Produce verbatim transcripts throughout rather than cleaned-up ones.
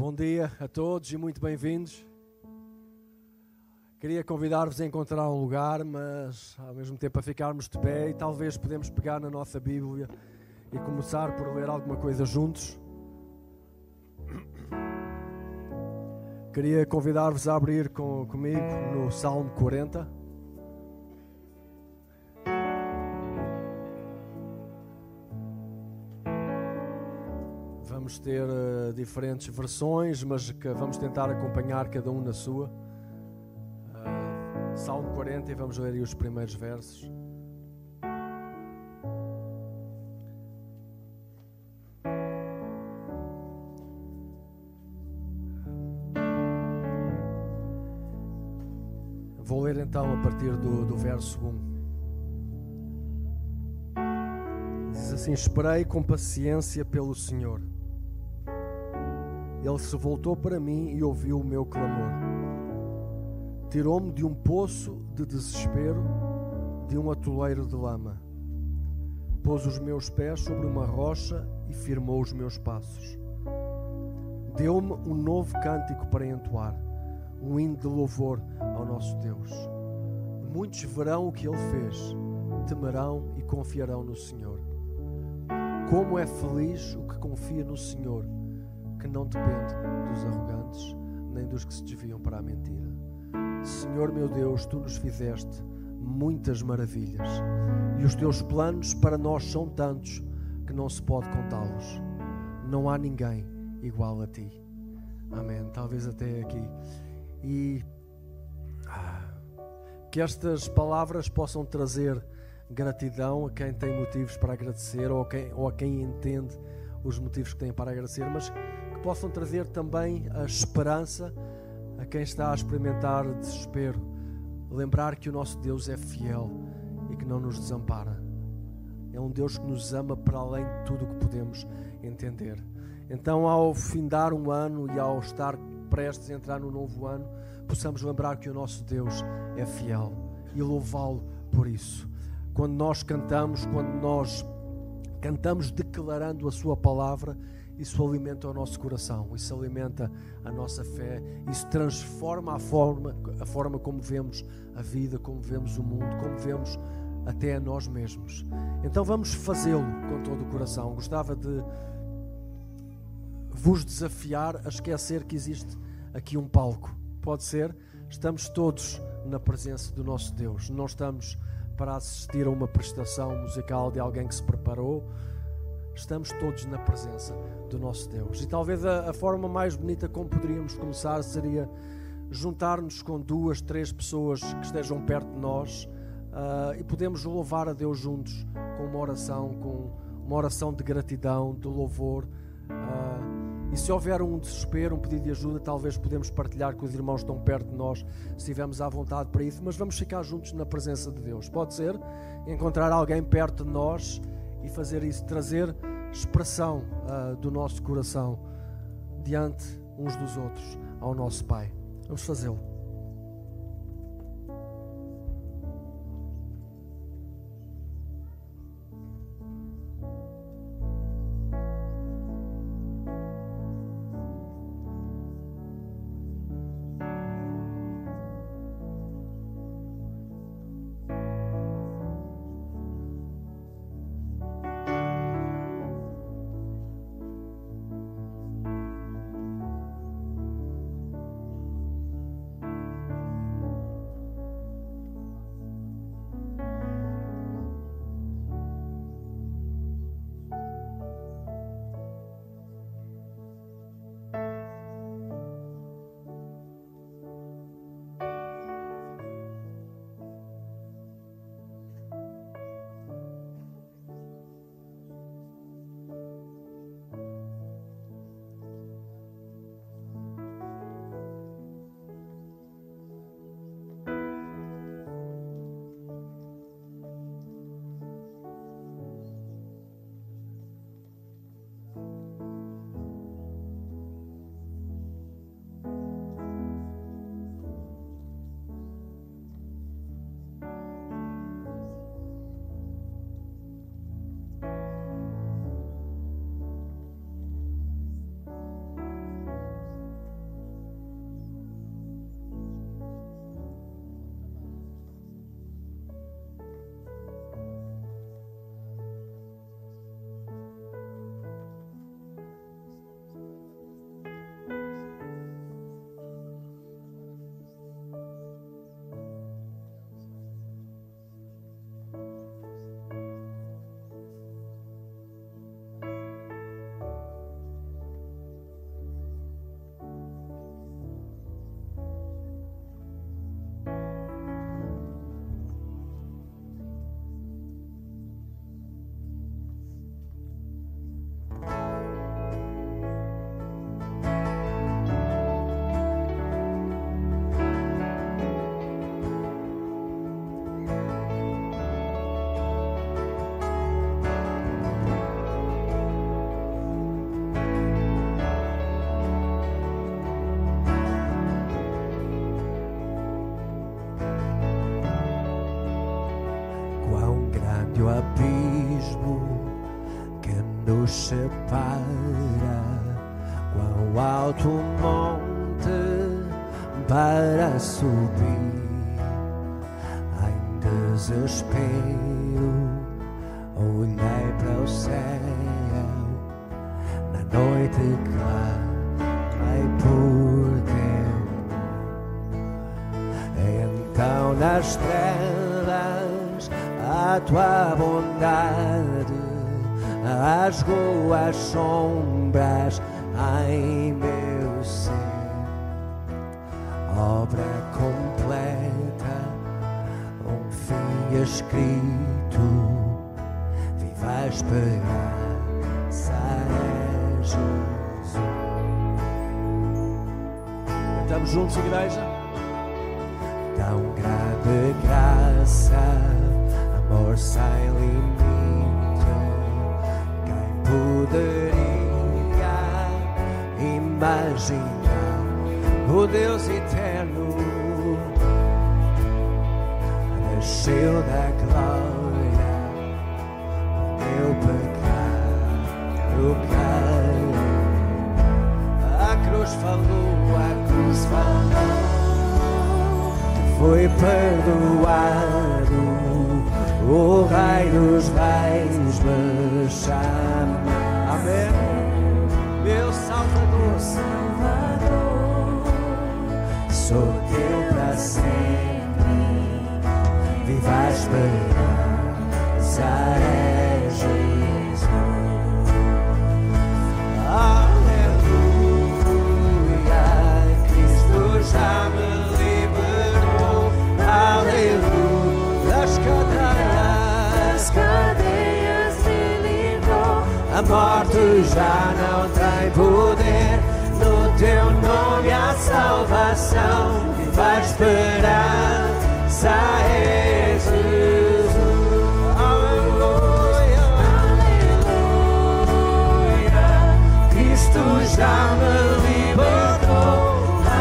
Bom dia a todos e muito bem-vindos. Queria convidar-vos a encontrar um lugar, mas ao mesmo tempo a ficarmos de pé e talvez podemos pegar na nossa Bíblia e começar por ler alguma coisa juntos. Queria convidar-vos a abrir com, comigo no Salmo quarenta. Vamos ter uh, diferentes versões, mas que vamos tentar acompanhar cada um na sua. Uh, Salmo quarenta, e vamos ler aí os primeiros versos. Vou ler então a partir do, do verso um. Diz assim: esperei com paciência pelo Senhor. Ele se voltou para mim e ouviu o meu clamor. Tirou-me de um poço de desespero, de um atoleiro de lama. Pôs os meus pés sobre uma rocha e firmou os meus passos. Deu-me um novo cântico para entoar, um hino de louvor ao nosso Deus. Muitos verão o que Ele fez, temerão e confiarão no Senhor. Como é feliz o que confia no Senhor, que não depende dos arrogantes, nem dos que se desviam para a mentira. Senhor meu Deus, Tu nos fizeste muitas maravilhas, e os Teus planos para nós são tantos que não se pode contá-los. Não há ninguém igual a Ti. Amém. Talvez até aqui. E ah, que estas palavras possam trazer gratidão a quem tem motivos para agradecer, ou a quem, ou a quem entende os motivos que tem para agradecer, mas que possam trazer também a esperança a quem está a experimentar desespero. Lembrar que o nosso Deus é fiel e que não nos desampara. É um Deus que nos ama para além de tudo o que podemos entender. Então, ao findar um ano e ao estar prestes a entrar no novo ano, possamos lembrar que o nosso Deus é fiel e louvá-lo por isso. Quando nós cantamos, quando nós cantamos declarando a Sua palavra, isso alimenta o nosso coração, isso alimenta a nossa fé, isso transforma a forma, a forma como vemos a vida, como vemos o mundo, como vemos até a nós mesmos. Então vamos fazê-lo com todo o coração. Gostava de vos desafiar a esquecer que existe aqui um palco. Pode ser? Estamos todos na presença do nosso Deus. Não estamos para assistir a uma prestação musical de alguém que se preparou. Estamos todos na presença do nosso Deus. E talvez a, a forma mais bonita como poderíamos começar seria juntar-nos com duas, três pessoas que estejam perto de nós uh, e podemos louvar a Deus juntos com uma oração, com uma oração de gratidão, de louvor. Uh, e se houver um desespero, um pedido de ajuda, talvez podemos partilhar com os irmãos que estão perto de nós, se estivermos à vontade para isso, mas vamos ficar juntos na presença de Deus. Pode ser? Encontrar alguém perto de nós e fazer isso, trazer expressão uh, do nosso coração diante uns dos outros ao nosso Pai. Vamos fazê-lo. do abismo que nos separa. Quão alto o monte para subir, em desespero olhei para o céu, na noite clamei por Deus. Então nas estrelas a tua bondade rasgou as sombras em meu ser. Obra completa, um fim escrito, viva a esperança é Jesus. Cantamos juntos, igreja? Tão grande graça, amor sem limite, quem poderia imaginar o Deus eterno nasceu da glória, o meu pecado caiu. A cruz falou, a cruz falou, que foi perdoado, o Rei dos Reis me chama. Amém. Meu Salvador, Salvador, sou teu para sempre. Viva a esperança é Jesus. Aleluia, Cristo já me libertou. Aleluia, das cadeias, das cadeias me livrou. A morte já não tem poder, no teu nome há salvação. Viva a esperança é Jesus. Aleluia, aleluia, Cristo já me libertou.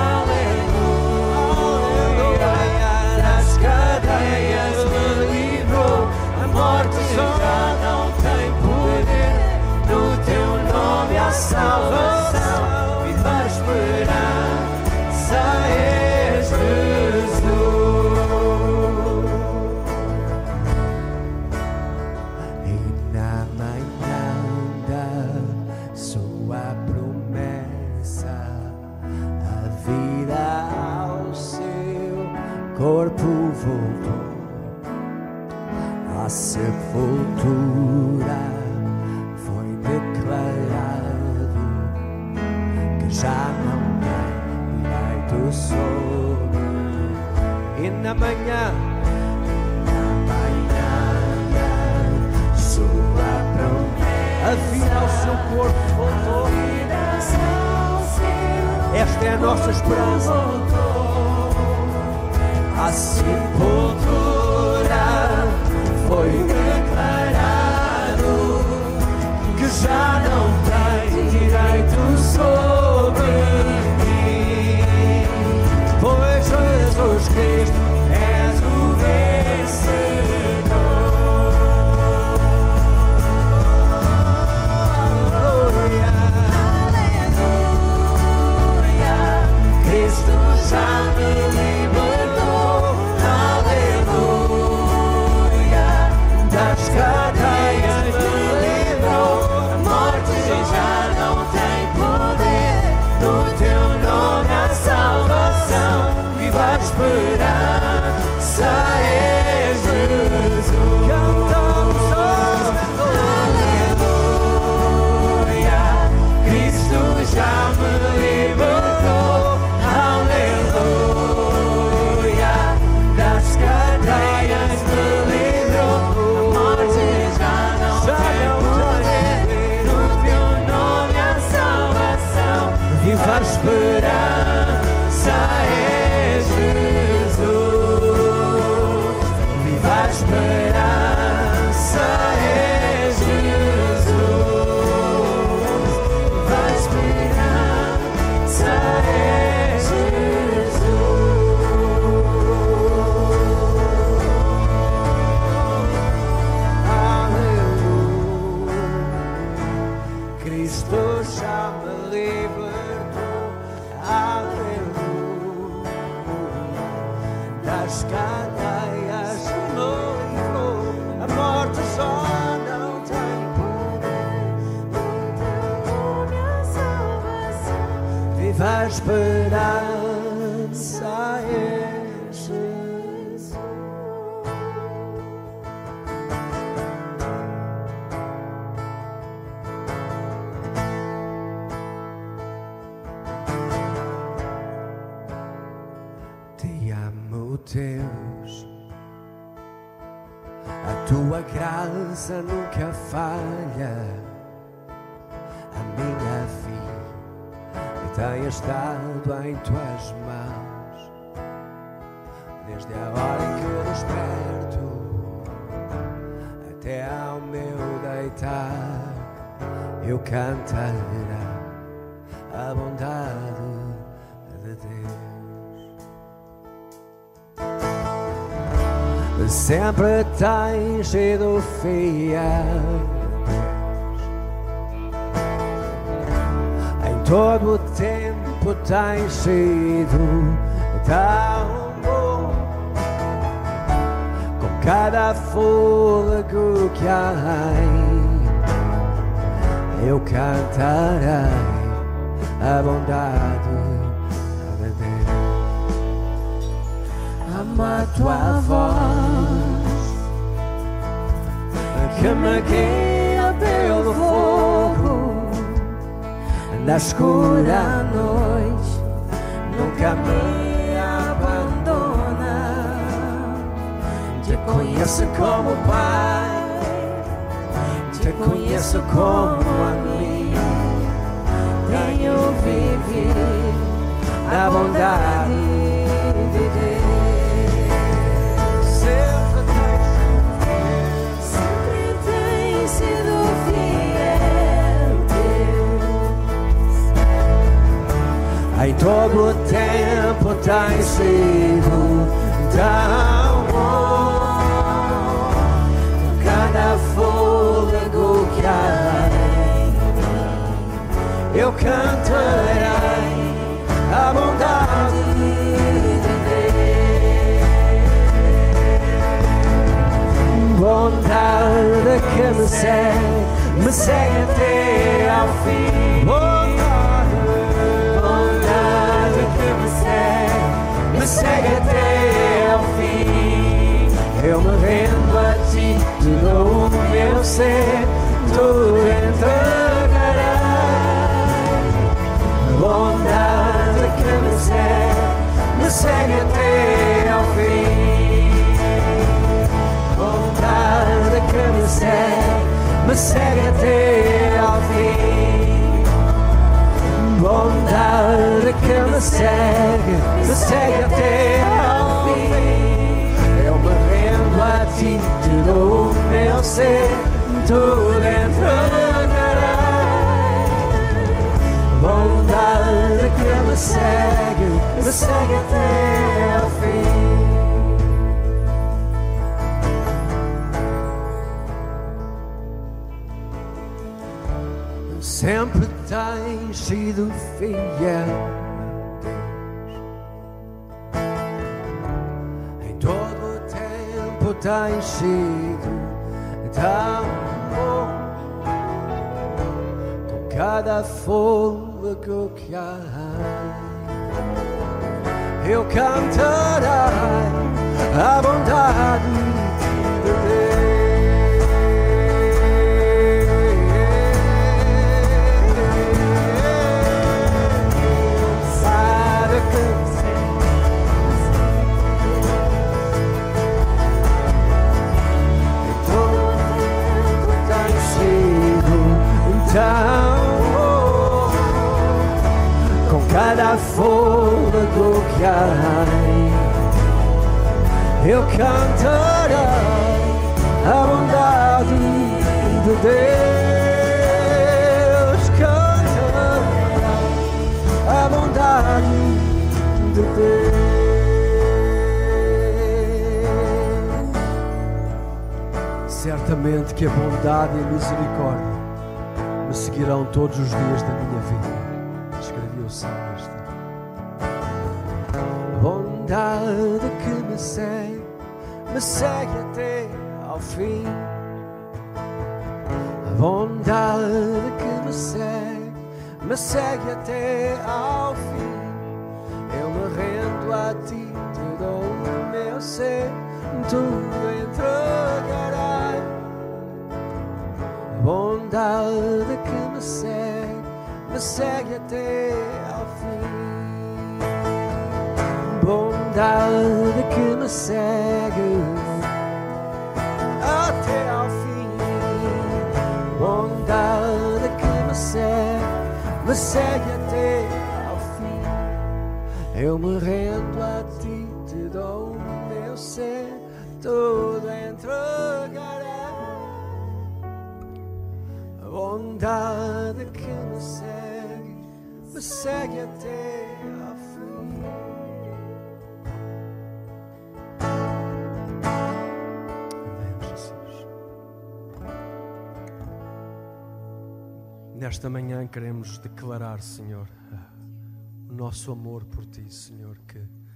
Aleluia, das cadeias me livrou. A morte já não tem poder, no teu nome há salvação. Viva a esperança é Jesus. E na manhã da sua promessa, a vida ao seu corpo voltou. A sepultura foi declarado que já não tem direito sobre. E na manhã, na manhã da sua promessa, a vida ao seu corpo voltou. Esta é a nossa esperança. A sepultura foi declarado que já não tem direito sobre mim, pois Jesus Cristo és o vencedor. Aleluia, aleluia, Cristo já me libertou. Aleluia, das cadeias me livrou. A morte já não tem poder, no teu nome há salvação. Viva a esperança é Jesus. Cantamos, aleluia, Cristo já me libertou. Aleluia, das cadeias me livrou. A morte já não tem poder, no teu nome há salvação. Viva a esperança é Jesus. Viva a esperança é Jesus. Viva a esperança é Jesus. das cadeias me livrou, a morte já não tem poder. Minha salvação, viva a esperança em Jesus. Te amo, Deus, a tua graça nunca falha. A minha vida tem estado em tuas mãos, desde a hora em que desperto até ao meu deitar. Eu cantarei a bondade de Deus. Sempre tens sido fiel, em todo o tempo tens sido tão bom. Com cada fôlego que há, eu cantarei a bondade de Deus. Amo a tua voz que me guia pelo fogo, na escura noite nunca me abandona. Te conheço como Pai, te conheço como amigo. Tenho vivido na bondade de Deus. Sempre tens, sempre tens sido fiel, Deus. Em todo o tempo tens sido tão bom. Cada fôlego que há, eu cantarei a bondade de Deus. Bondade que me segue, me segue até ao fim. Bondade, bondade que me segue, me segue até ao fim. Eu me rendo a ti, te dou o meu ser, tudo entregarei. Bondade que me segue, me segue até ao fim. Bondade que me segue, me segue até ao fim. Bondade que me segue, me segue até ao fim. Eu me rendo a ti, te dou o meu ser, tudo entregarei. Bondade que me segue, me segue até ao fim. Sempre tens sido fiel, em todo o tempo tens sido tão bom. Com cada fôlego que há, eu cantarei a bondade de Deus. Com cada fôlego que há, eu cantarei a bondade de Deus. Cantarei a bondade de Deus. Certamente que a bondade e a misericórdia me seguirão todos os dias da minha vida. Escrevi o salmista. Bondade que me me segue, me segue até ao fim. A bondade que me segue, me segue até ao fim. Eu me rendo a ti, te dou o meu ser, tudo entregarei. A bondade que me segue, me segue até ao fim. Bondade que me segue até ao fim. Bondade que me segue, me segue até ao fim. Eu me rendo a ti, te dou o meu ser, tudo entregarei. A bondade que me segue, me segue até ao fim. Amém, Jesus. Nesta manhã queremos declarar, Senhor, o nosso amor por Ti, Senhor, que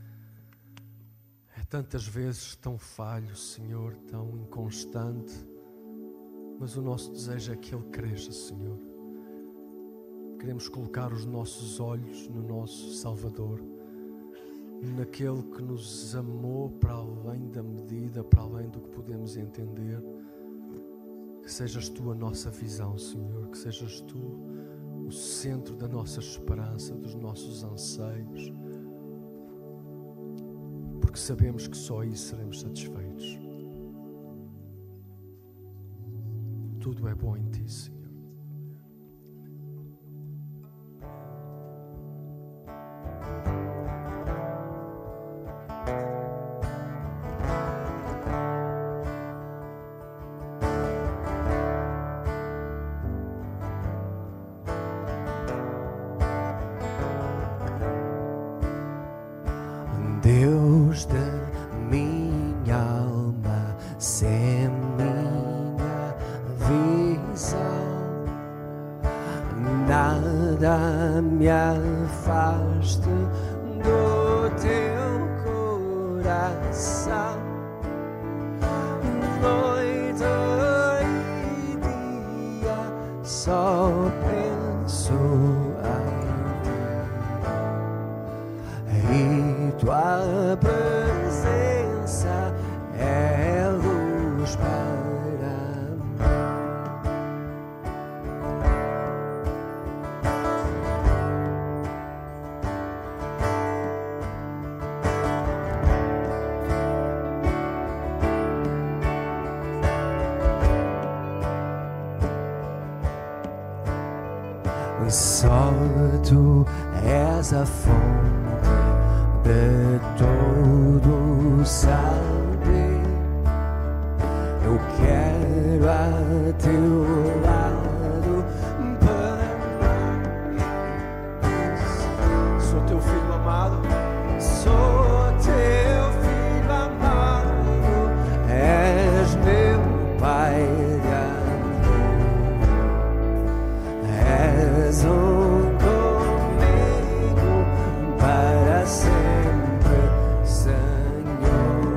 é tantas vezes tão falho, Senhor, tão inconstante, mas o nosso desejo é que Ele cresça, Senhor. Queremos colocar os nossos olhos no nosso Salvador, naquele que nos amou para além da medida, para além do que podemos entender. Que sejas Tu a nossa visão, Senhor, que sejas Tu o centro da nossa esperança, dos nossos anseios, porque sabemos que só aí seremos satisfeitos. Tudo é bom em Ti, Senhor. Deus da minha alma, se é minha visão, nada me afaste do teu coração. Noite e dia só penso em Ti. Tua presença é luz para mim. Só Tu és a fonte de todo saber. Eu quero a Teu lado para. Sou Teu filho amado, sou Teu filho amado, és meu Pai de amor, és um comigo para sempre, Senhor.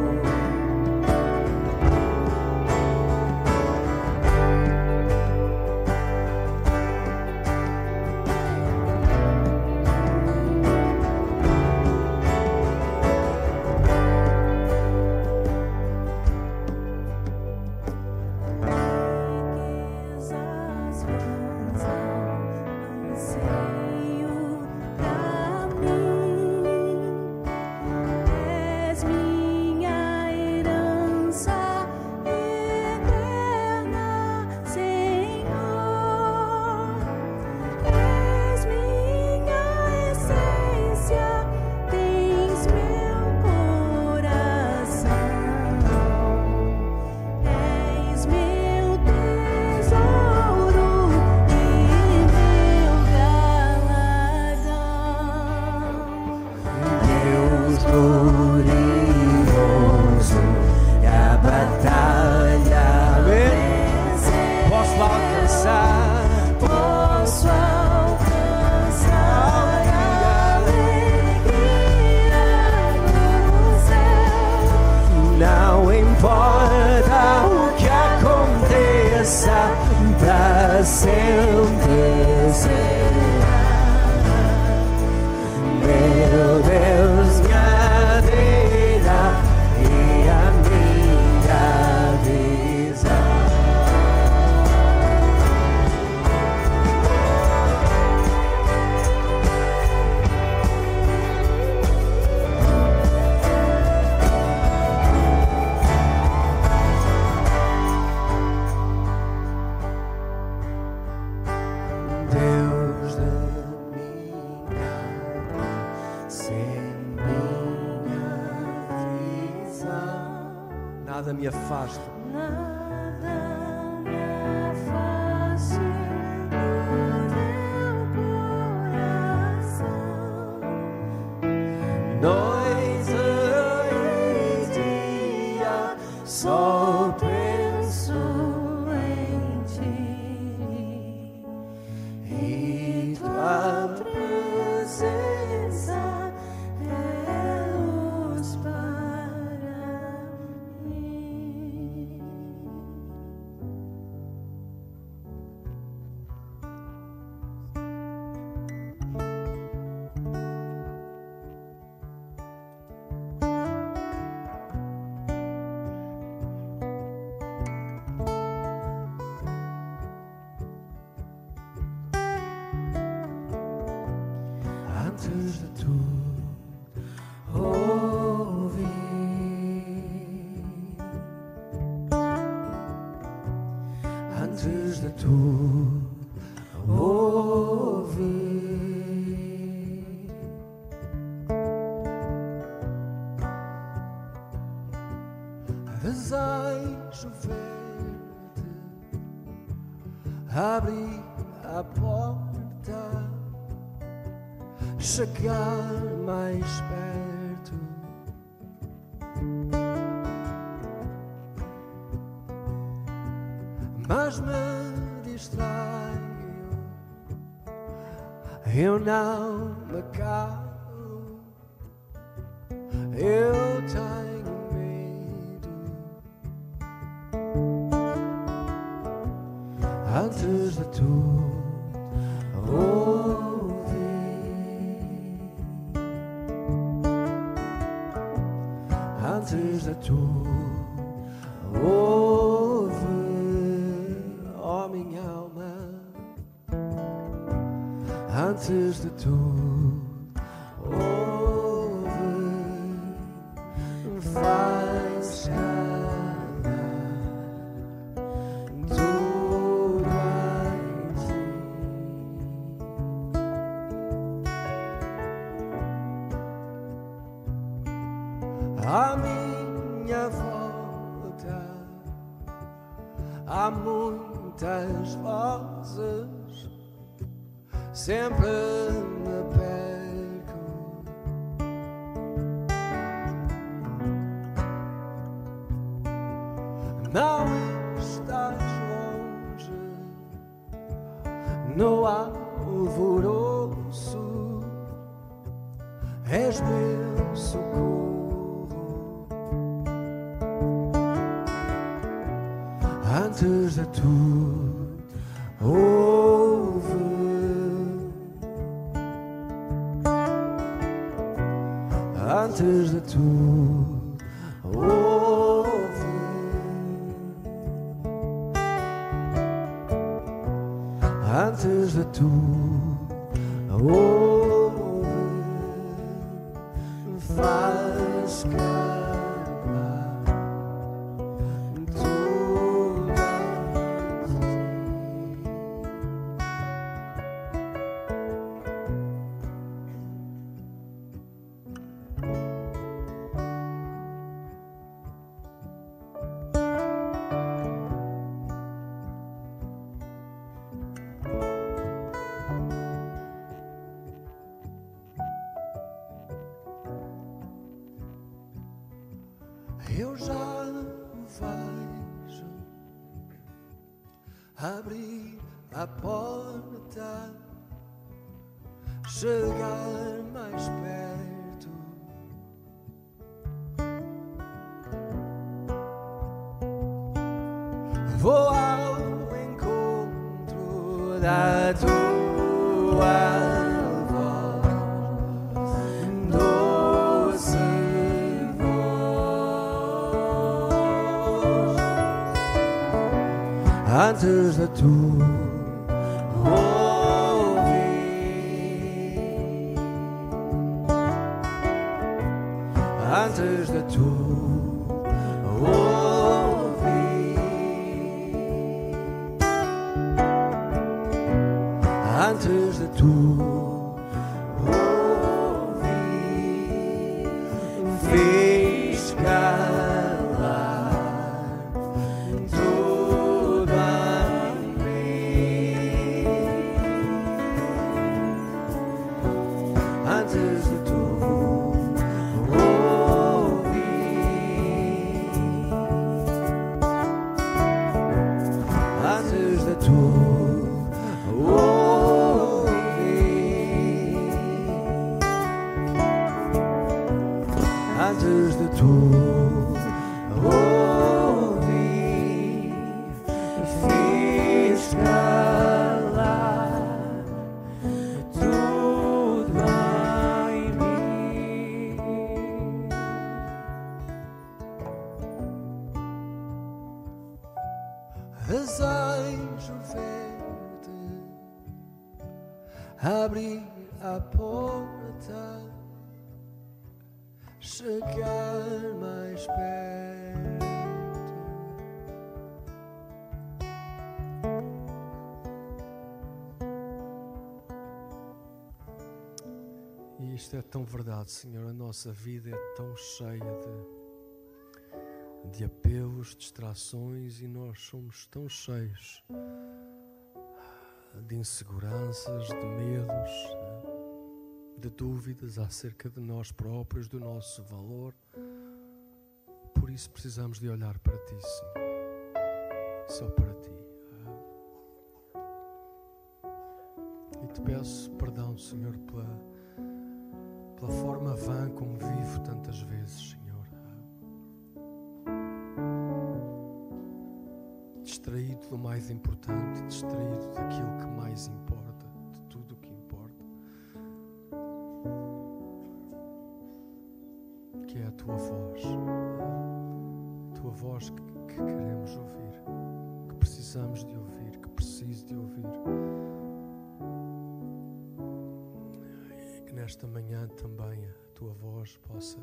nada me afaste. Nada me afaste do teu coração. Noite e dia só penso em ti e tua tua presença é luz para mim. antes de tudo ouvi, antes de tudo ouvi, desejo ver-te abrir a porta, chegar mais perto, mas me distraio, eu não me calo, eu tenho medo. Antes de tudo ouvi, antes de tudo ouve, ó minha alma, antes de tudo ouve, faz cantar tudo em ti. À minha volta há muitas vozes, sempre me perco. Não estás longe, no alvoroço, és meu socorro. Antes de tudo ouve, antes de tudo ouve, antes de tudo ouve, faz cantar tudo em ti. Eu já o vejo abrir a porta, chegar mais perto, vou ao encontro da tua voz, doce voz. Antes de tudo ouvi, antes de tudo ouvi, antes de tudo ouvi, fiz calar antes de tudo ouvi, fiz calar tudo em mim. Desejo ver-te abrir a porta, chegar mais perto. E isto é tão verdade, Senhor. A nossa vida é tão cheia de, de apelos, distrações, e nós somos tão cheios de inseguranças, de medos, de dúvidas acerca de nós próprios, do nosso valor. Por isso precisamos de olhar para Ti, Senhor. Só para Ti. E Te peço perdão, Senhor, pela, pela forma vã como vivo tantas vezes, Senhor. Distraído do mais importante, distraído daquilo que mais importa, de tudo o que importa, que é a Tua voz, a Tua voz que, que queremos ouvir, que precisamos de ouvir, que preciso de ouvir. E que nesta manhã também a Tua voz possa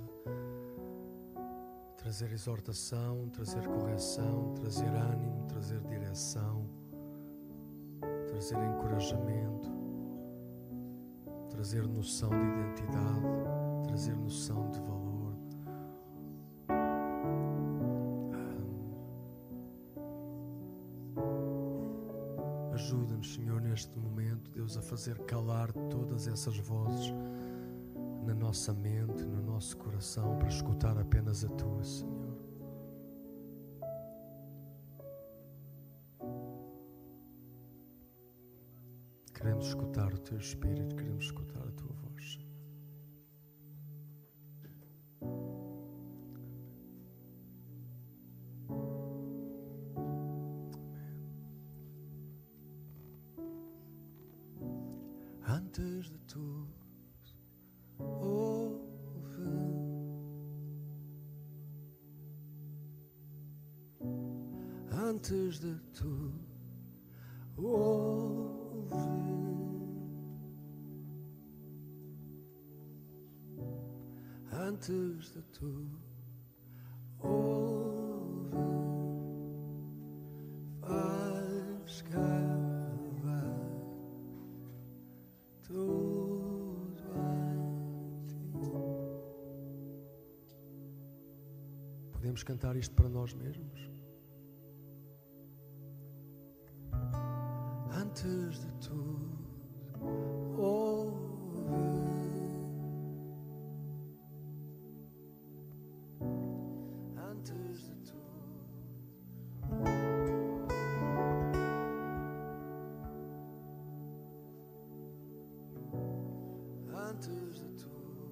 trazer exortação, trazer correção, trazer ânimo, trazer direção, trazer encorajamento, trazer noção de identidade, trazer noção de valor. Ajuda-nos, Senhor, neste momento, Deus, a fazer calar todas essas vozes na nossa mente, no nosso coração, para escutar apenas a Tua, Senhor. Queremos escutar o Teu Espírito, queremos escutar a Tua voz, Senhor. Amém. Antes de tudo ouve, antes de tudo ouve, antes de tudo ouve, faz calar tudo em ti. Podemos cantar isto para nós mesmos? Antes de tudo ouve, antes de tudo antes de tudo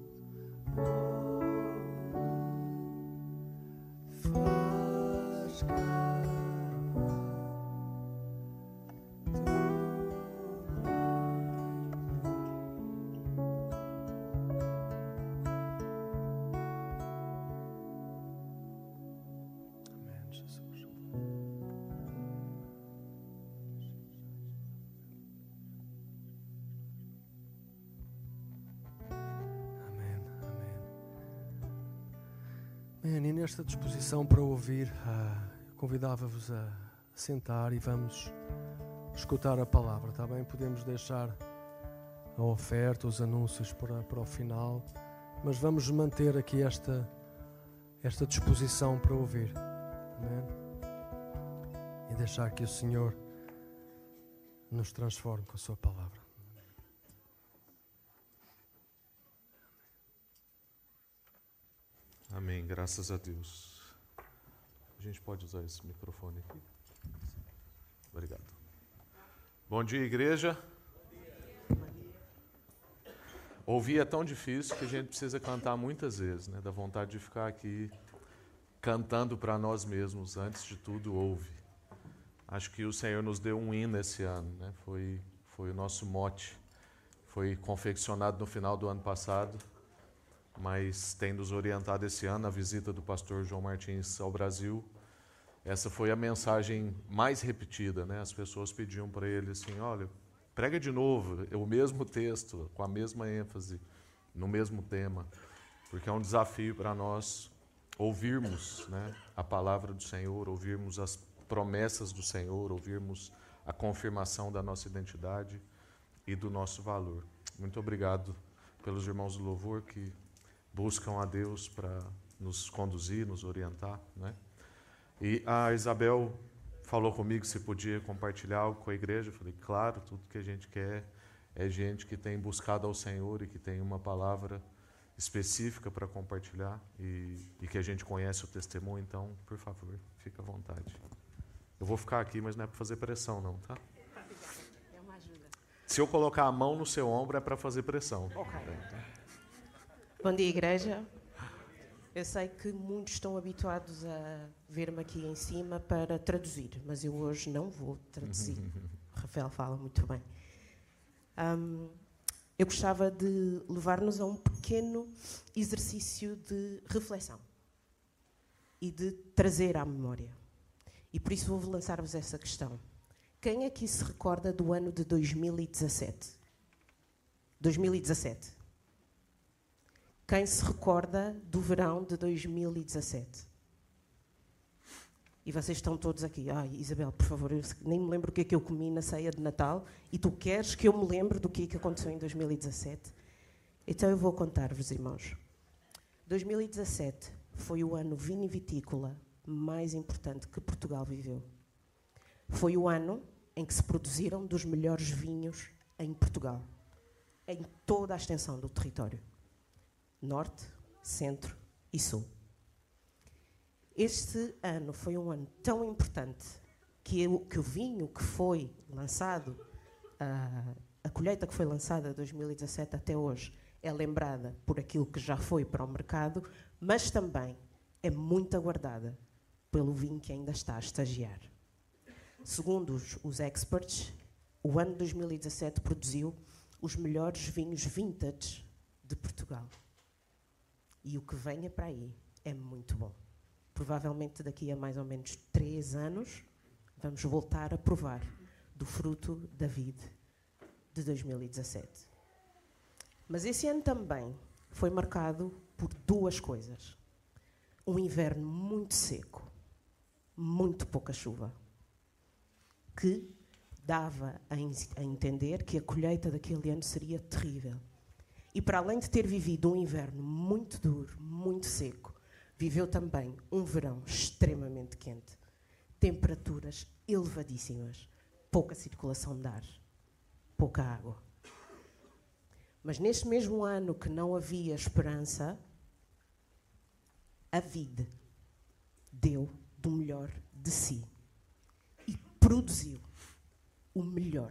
faz calar. E nesta disposição para ouvir, ah, convidava-vos a sentar e vamos escutar a palavra, está bem? Podemos deixar a oferta, os anúncios para, para o final, mas vamos manter aqui esta, esta disposição para ouvir, amém? E deixar que o Senhor nos transforme com a sua palavra. Amém, graças a Deus. A gente pode usar esse microfone aqui? Obrigado. Bom dia, igreja. Ouvir é tão difícil que a gente precisa cantar muitas vezes, né? Dá vontade de ficar aqui cantando para nós mesmos. Antes de tudo, ouve. Acho que o Senhor nos deu um hino esse ano, né? Foi, foi o nosso mote. Foi confeccionado no final do ano passado, mas tem nos orientado esse ano a visita do pastor João Martins ao Brasil. Essa foi a mensagem mais repetida, né? As pessoas pediam para ele assim, olha, prega de novo, o mesmo texto, com a mesma ênfase, no mesmo tema, porque é um desafio para nós ouvirmos, né, a palavra do Senhor, ouvirmos as promessas do Senhor, ouvirmos a confirmação da nossa identidade e do nosso valor. Muito obrigado pelos irmãos do louvor que buscam a Deus para nos conduzir, nos orientar, né? E a Isabel falou comigo se podia compartilhar algo com a igreja. Eu falei, claro, tudo que a gente quer é gente que tem buscado ao Senhor e que tem uma palavra específica para compartilhar e, e que a gente conhece o testemunho, então, por favor, fique à vontade. Eu vou ficar aqui, mas não é para fazer pressão, não, tá? É uma ajuda. Se eu colocar a mão no seu ombro, é para fazer pressão. Ok. Bom dia, igreja. Eu sei que muitos estão habituados a ver-me aqui em cima para traduzir, mas eu hoje não vou traduzir. O Rafael fala muito bem. Um, eu gostava de levar-nos a um pequeno exercício de reflexão e de trazer à memória. E por isso vou lançar-vos essa questão. Quem aqui se recorda do ano de dois mil e dezassete? dois mil e dezassete. Quem se recorda do verão de dois mil e dezassete? E vocês estão todos aqui. Ai, Isabel, por favor, eu nem me lembro o que é que eu comi na ceia de Natal e tu queres que eu me lembre do que é que aconteceu em dois mil e dezassete? Então eu vou contar-vos, irmãos. dois mil e dezassete foi o ano vinivitícola mais importante que Portugal viveu. Foi o ano em que se produziram dos melhores vinhos em Portugal, em toda a extensão do território. Norte, Centro e Sul. Este ano foi um ano tão importante que, eu, que o vinho que foi lançado, a, a colheita que foi lançada em dois mil e dezassete até hoje, é lembrada por aquilo que já foi para o mercado, mas também é muito aguardada pelo vinho que ainda está a estagiar. Segundo os, os experts, o ano de dois mil e dezassete produziu os melhores vinhos vintage de Portugal. E o que venha para aí é muito bom. Provavelmente daqui a mais ou menos três anos vamos voltar a provar do fruto da vide de dois mil e dezassete. Mas esse ano também foi marcado por duas coisas. Um inverno muito seco, muito pouca chuva, que dava a, a entender que a colheita daquele ano seria terrível. E para além de ter vivido um inverno muito duro, muito seco, viveu também um verão extremamente quente. Temperaturas elevadíssimas, pouca circulação de ar, pouca água. Mas neste mesmo ano que não havia esperança, a vide deu do melhor de si e produziu o melhor.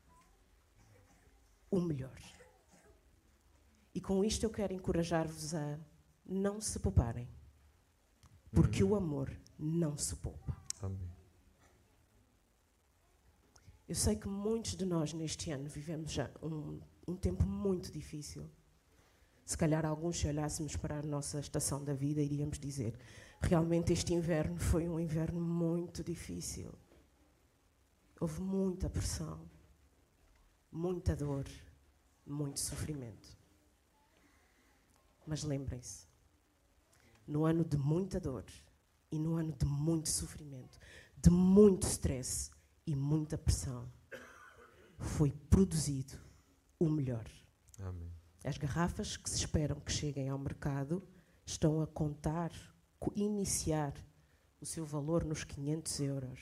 O melhor. E com isto eu quero encorajar-vos a não se pouparem, porque uhum. o amor não se poupa. Amém. Eu sei que muitos de nós neste ano vivemos já um, um tempo muito difícil. Se calhar alguns, se olhássemos para a nossa estação da vida, iríamos dizer, realmente este inverno foi um inverno muito difícil. Houve muita pressão, muita dor, muito sofrimento. Mas lembrem-se, no ano de muita dor e no ano de muito sofrimento, de muito stress e muita pressão, foi produzido o melhor. Amém. As garrafas que se esperam que cheguem ao mercado estão a contar, iniciar o seu valor nos quinhentos euros.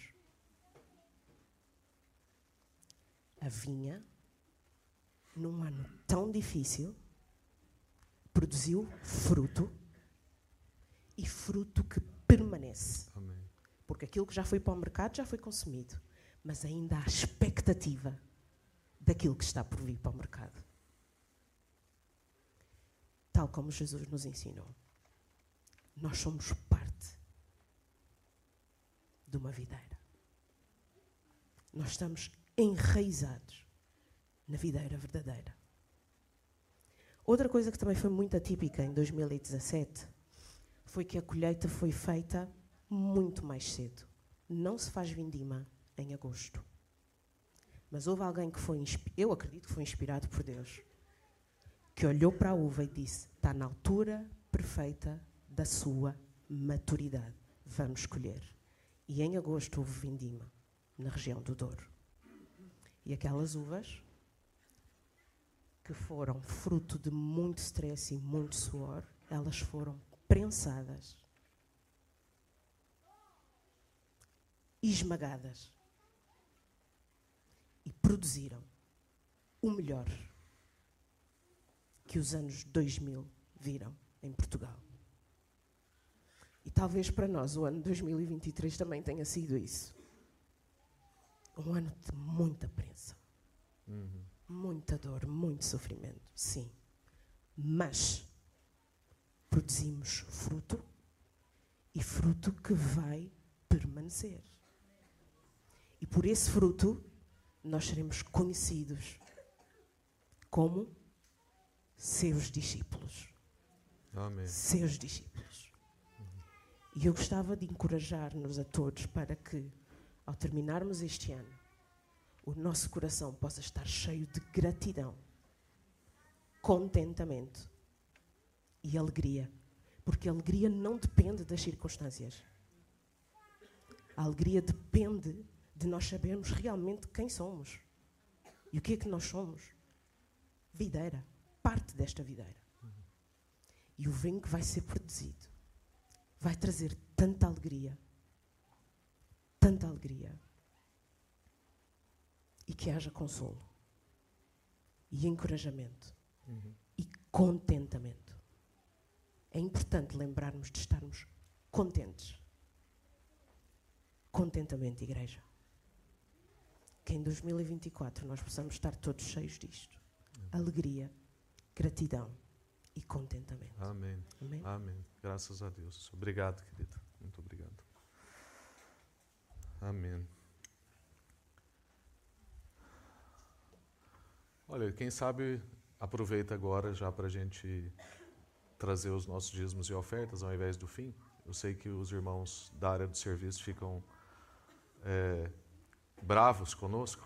A vinha, num ano tão difícil, produziu fruto e fruto que permanece. Amém. Porque aquilo que já foi para o mercado já foi consumido, mas ainda há expectativa daquilo que está por vir para o mercado. tal como Jesus nos ensinou. Nós somos parte de uma videira. Nós estamos enraizados na videira verdadeira. Outra coisa que também foi muito atípica em dois mil e dezassete foi que a colheita foi feita muito mais cedo. Não se faz vindima em agosto. Mas houve alguém que foi, eu acredito que foi inspirado por Deus, que olhou para a uva e disse: está na altura perfeita da sua maturidade. Vamos colher. E em agosto houve vindima na região do Douro. E aquelas uvas, que foram fruto de muito stress e muito suor, elas foram prensadas, esmagadas e produziram o melhor que os anos dois mil viram em Portugal. E talvez para nós o ano dois mil e vinte e três também tenha sido isso. Um ano de muita prensa. Uhum. Muita dor, muito sofrimento, sim. Mas produzimos fruto e fruto que vai permanecer. E por esse fruto nós seremos conhecidos como seus discípulos. Amém. Seus discípulos. E eu gostava de encorajar-nos a todos para que, ao terminarmos este ano, o nosso coração possa estar cheio de gratidão, contentamento e alegria. Porque a alegria não depende das circunstâncias. A alegria depende de nós sabermos realmente quem somos. E o que é que nós somos? Videira. Parte desta videira. E o vinho que vai ser produzido vai trazer tanta alegria. Tanta alegria. E que haja consolo. E encorajamento. Uhum. E contentamento. É importante lembrarmos de estarmos contentes. Contentamento, igreja. Que em dois mil e vinte e quatro nós possamos estar todos cheios disto. Uhum. Alegria, gratidão e contentamento. Amém. Amém? Amém. Graças a Deus. Obrigado, querido. Muito obrigado. Amém. Olha, quem sabe aproveita agora já para a gente trazer os nossos dízimos e ofertas ao invés do fim. Eu sei que os irmãos da área do serviço ficam é, bravos conosco,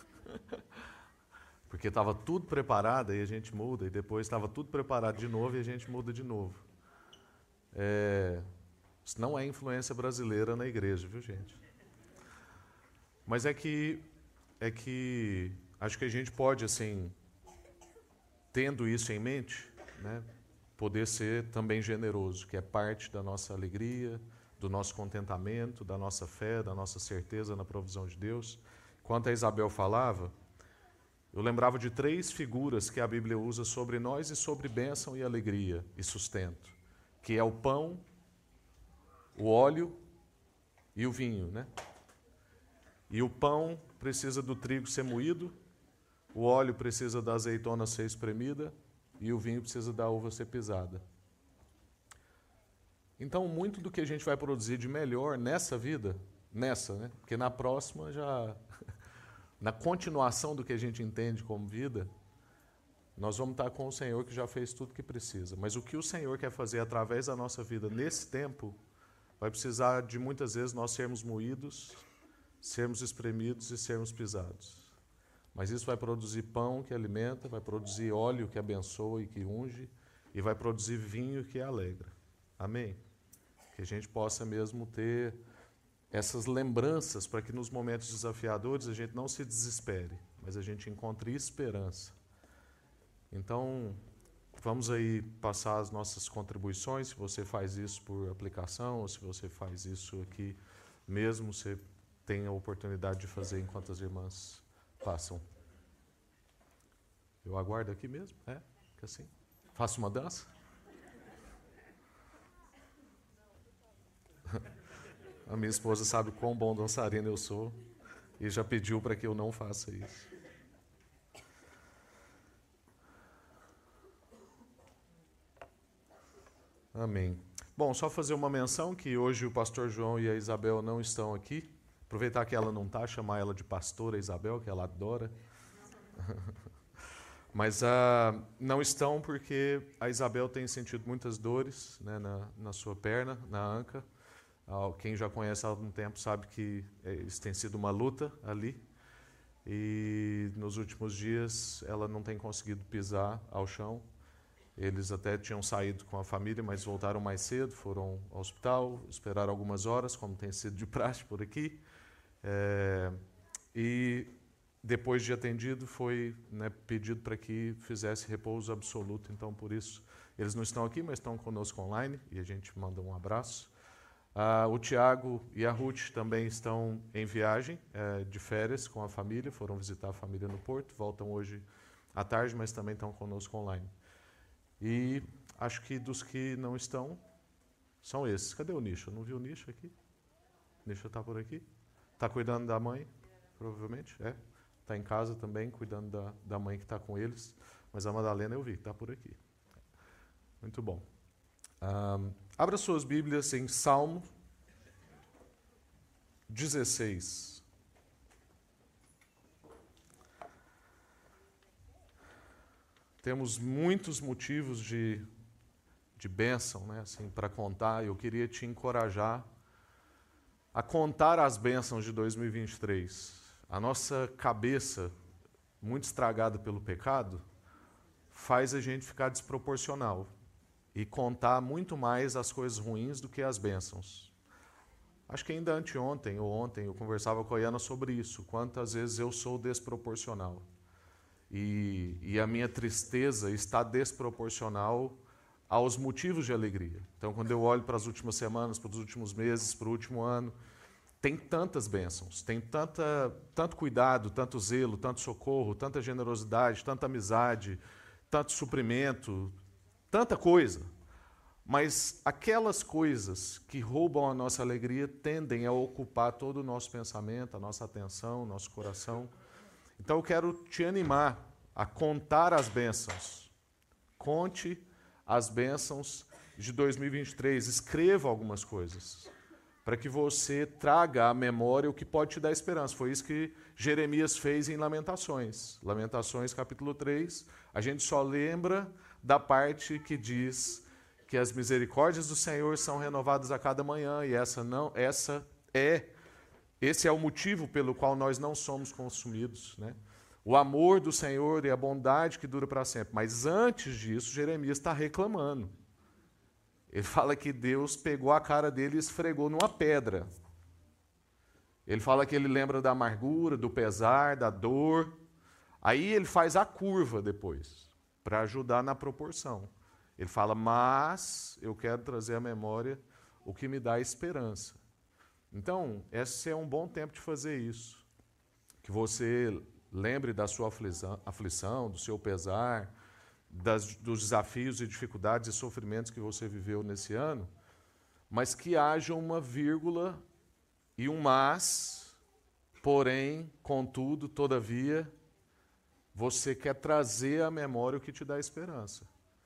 porque estava tudo preparado e a gente muda, e depois estava tudo preparado de novo e a gente muda de novo. É, isso não é influência brasileira na igreja, viu, gente? Mas é que, é que acho que a gente pode, assim, tendo isso em mente, né, poder ser também generoso, que é parte da nossa alegria, do nosso contentamento, da nossa fé, da nossa certeza na provisão de Deus. Enquanto a Isabel falava, eu lembrava de três figuras que a Bíblia usa sobre nós e sobre bênção e alegria e sustento, que é o pão, o óleo e o vinho, né? E o pão precisa do trigo ser moído, o óleo precisa da azeitona ser espremida e o vinho precisa da uva ser pisada. Então, muito do que a gente vai produzir de melhor nessa vida, nessa, né? Porque na próxima já, na continuação do que a gente entende como vida, nós vamos estar com o Senhor que já fez tudo que precisa. Mas o que o Senhor quer fazer através da nossa vida nesse tempo, vai precisar de muitas vezes nós sermos moídos, sermos espremidos e sermos pisados. Mas isso vai produzir pão que alimenta, vai produzir óleo que abençoa e que unge, e vai produzir vinho que alegra. Amém? Que a gente possa mesmo ter essas lembranças para que nos momentos desafiadores a gente não se desespere, mas a gente encontre esperança. Então, vamos aí passar as nossas contribuições, se você faz isso por aplicação, ou se você faz isso aqui mesmo, você tem a oportunidade de fazer enquanto as irmãs passam. Eu aguardo aqui mesmo? É? Que assim? Faço uma dança? A minha esposa sabe quão bom dançarino eu sou e já pediu para que eu não faça isso. Amém. Bom, só fazer uma menção que hoje o pastor João e a Isabel não estão aqui. Aproveitar que ela não está, chamar ela de pastora Isabel, que ela adora. Mas uh, não estão porque a Isabel tem sentido muitas dores, né, na, na sua perna, na anca. Uh, quem já conhece ela há algum tempo sabe que é, isso tem sido uma luta ali. E nos últimos dias ela não tem conseguido pisar ao chão. Eles até tinham saído com a família, mas voltaram mais cedo, foram ao hospital, esperaram algumas horas, como tem sido de praxe por aqui. É, e depois de atendido, foi, né, pedido para que fizesse repouso absoluto. Então, por isso, eles não estão aqui, mas estão conosco online, e a gente manda um abraço. Ah, o Tiago e a Ruth também estão em viagem, é, de férias com a família, foram visitar a família no Porto, voltam hoje à tarde, mas também estão conosco online. E acho que dos que não estão, são esses. Cadê o Nicho? Eu não vi o Nicho aqui? O Nicho está por aqui? Está cuidando da mãe, provavelmente? É. Está em casa também, cuidando da, da mãe que está com eles. Mas a Madalena eu vi, está por aqui. Muito bom. Um, abra suas Bíblias em Salmo dezesseis. Temos muitos motivos de, de bênção, né, assim, para contar. Eu queria te encorajar a contar as bênçãos de dois mil e vinte e três. A nossa cabeça, muito estragada pelo pecado, faz a gente ficar desproporcional e contar muito mais as coisas ruins do que as bênçãos. Acho que ainda anteontem ou ontem eu conversava com a Iana sobre isso, quantas vezes eu sou desproporcional. E, e a minha tristeza está desproporcional aos motivos de alegria. Então, quando eu olho para as últimas semanas, para os últimos meses, para o último ano, tem tantas bênçãos, tem tanta, tanto cuidado, tanto zelo, tanto socorro, tanta generosidade, tanta amizade, tanto suprimento, tanta coisa. Mas aquelas coisas que roubam a nossa alegria tendem a ocupar todo o nosso pensamento, a nossa atenção, o nosso coração. Então eu quero te animar a contar as bênçãos. Conte as bênçãos de dois mil e vinte e três. Escreva algumas coisas, para que você traga à memória o que pode te dar esperança. Foi isso que Jeremias fez em Lamentações. Lamentações, capítulo três. A gente só lembra da parte que diz que as misericórdias do Senhor são renovadas a cada manhã, e essa não, essa é Esse é o motivo pelo qual nós não somos consumidos, né? O amor do Senhor e a bondade que dura para sempre. Mas antes disso, Jeremias está reclamando. Ele fala que Deus pegou a cara dele e esfregou numa pedra. Ele fala que ele lembra da amargura, do pesar, da dor. Aí ele faz a curva depois, para ajudar na proporção. Ele fala, mas eu quero trazer à memória o que me dá esperança. Então, esse é um bom tempo de fazer isso. Que você lembre da sua aflição, aflição do seu pesar, das, dos desafios e dificuldades e sofrimentos que você viveu nesse ano, mas que haja uma vírgula e um mas, porém, contudo, todavia, você quer trazer à memória o que te dá esperança.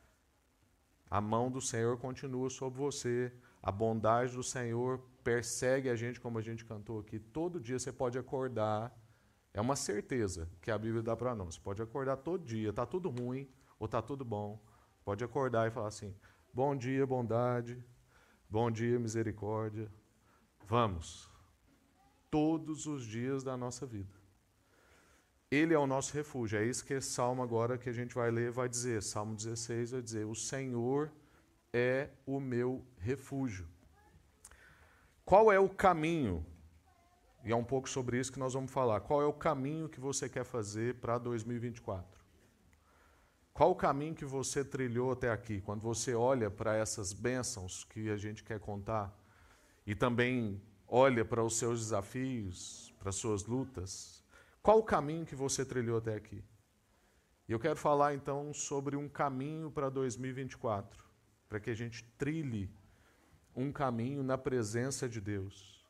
A mão do Senhor continua sobre você, a bondade do Senhor persegue a gente, como a gente cantou aqui. Todo dia você pode acordar, é uma certeza que a Bíblia dá para nós. Você pode acordar todo dia, está tudo ruim ou está tudo bom. Pode acordar e falar assim, bom dia, bondade, bom dia, misericórdia. Vamos, todos os dias da nossa vida. Ele é o nosso refúgio, é isso que esse salmo agora que a gente vai ler vai dizer. Salmo dezesseis vai dizer, o Senhor é o meu refúgio. Qual é o caminho? E é um pouco sobre isso que nós vamos falar. Qual é o caminho que você quer fazer para dois mil e vinte e quatro? Qual o caminho que você trilhou até aqui? Quando você olha para essas bênçãos que a gente quer contar e também olha para os seus desafios, para as suas lutas, qual o caminho que você trilhou até aqui? E eu quero falar então sobre um caminho para dois mil e vinte e quatro, para que a gente trilhe um caminho na presença de Deus.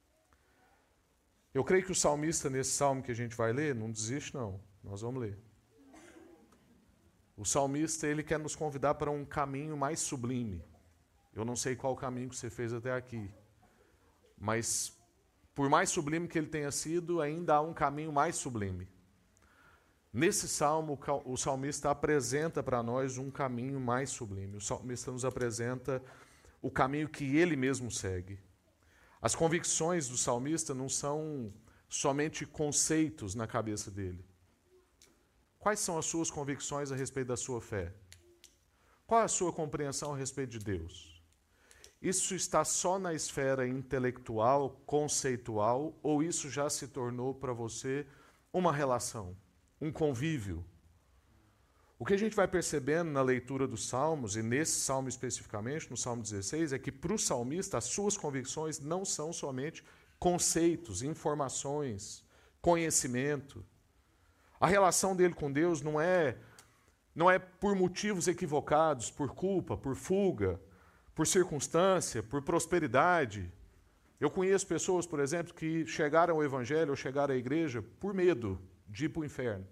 Eu creio que o salmista, nesse salmo que a gente vai ler, não desiste não, nós vamos ler. O salmista, ele quer nos convidar para um caminho mais sublime, Eu não sei qual caminho que você fez até aqui, mas por mais sublime que ele tenha sido, ainda há um caminho mais sublime. Nesse salmo, o salmista apresenta para nós um caminho mais sublime. O salmista nos apresenta o caminho que ele mesmo segue. As convicções do salmista não são somente conceitos na cabeça dele. Quais são as suas convicções a respeito da sua fé? Qual é a sua compreensão a respeito de Deus? Isso está só na esfera intelectual, conceitual, ou isso já se tornou para você uma relação, um convívio? O que a gente vai percebendo na leitura dos Salmos, e nesse Salmo especificamente, no Salmo dezesseis, é que para o salmista as suas convicções não são somente conceitos, informações, conhecimento. A relação dele com Deus não é, não é por motivos equivocados, por culpa, por fuga, por circunstância, por prosperidade. Eu conheço pessoas, por exemplo, que chegaram ao Evangelho ou chegaram à igreja por medo de ir para o inferno.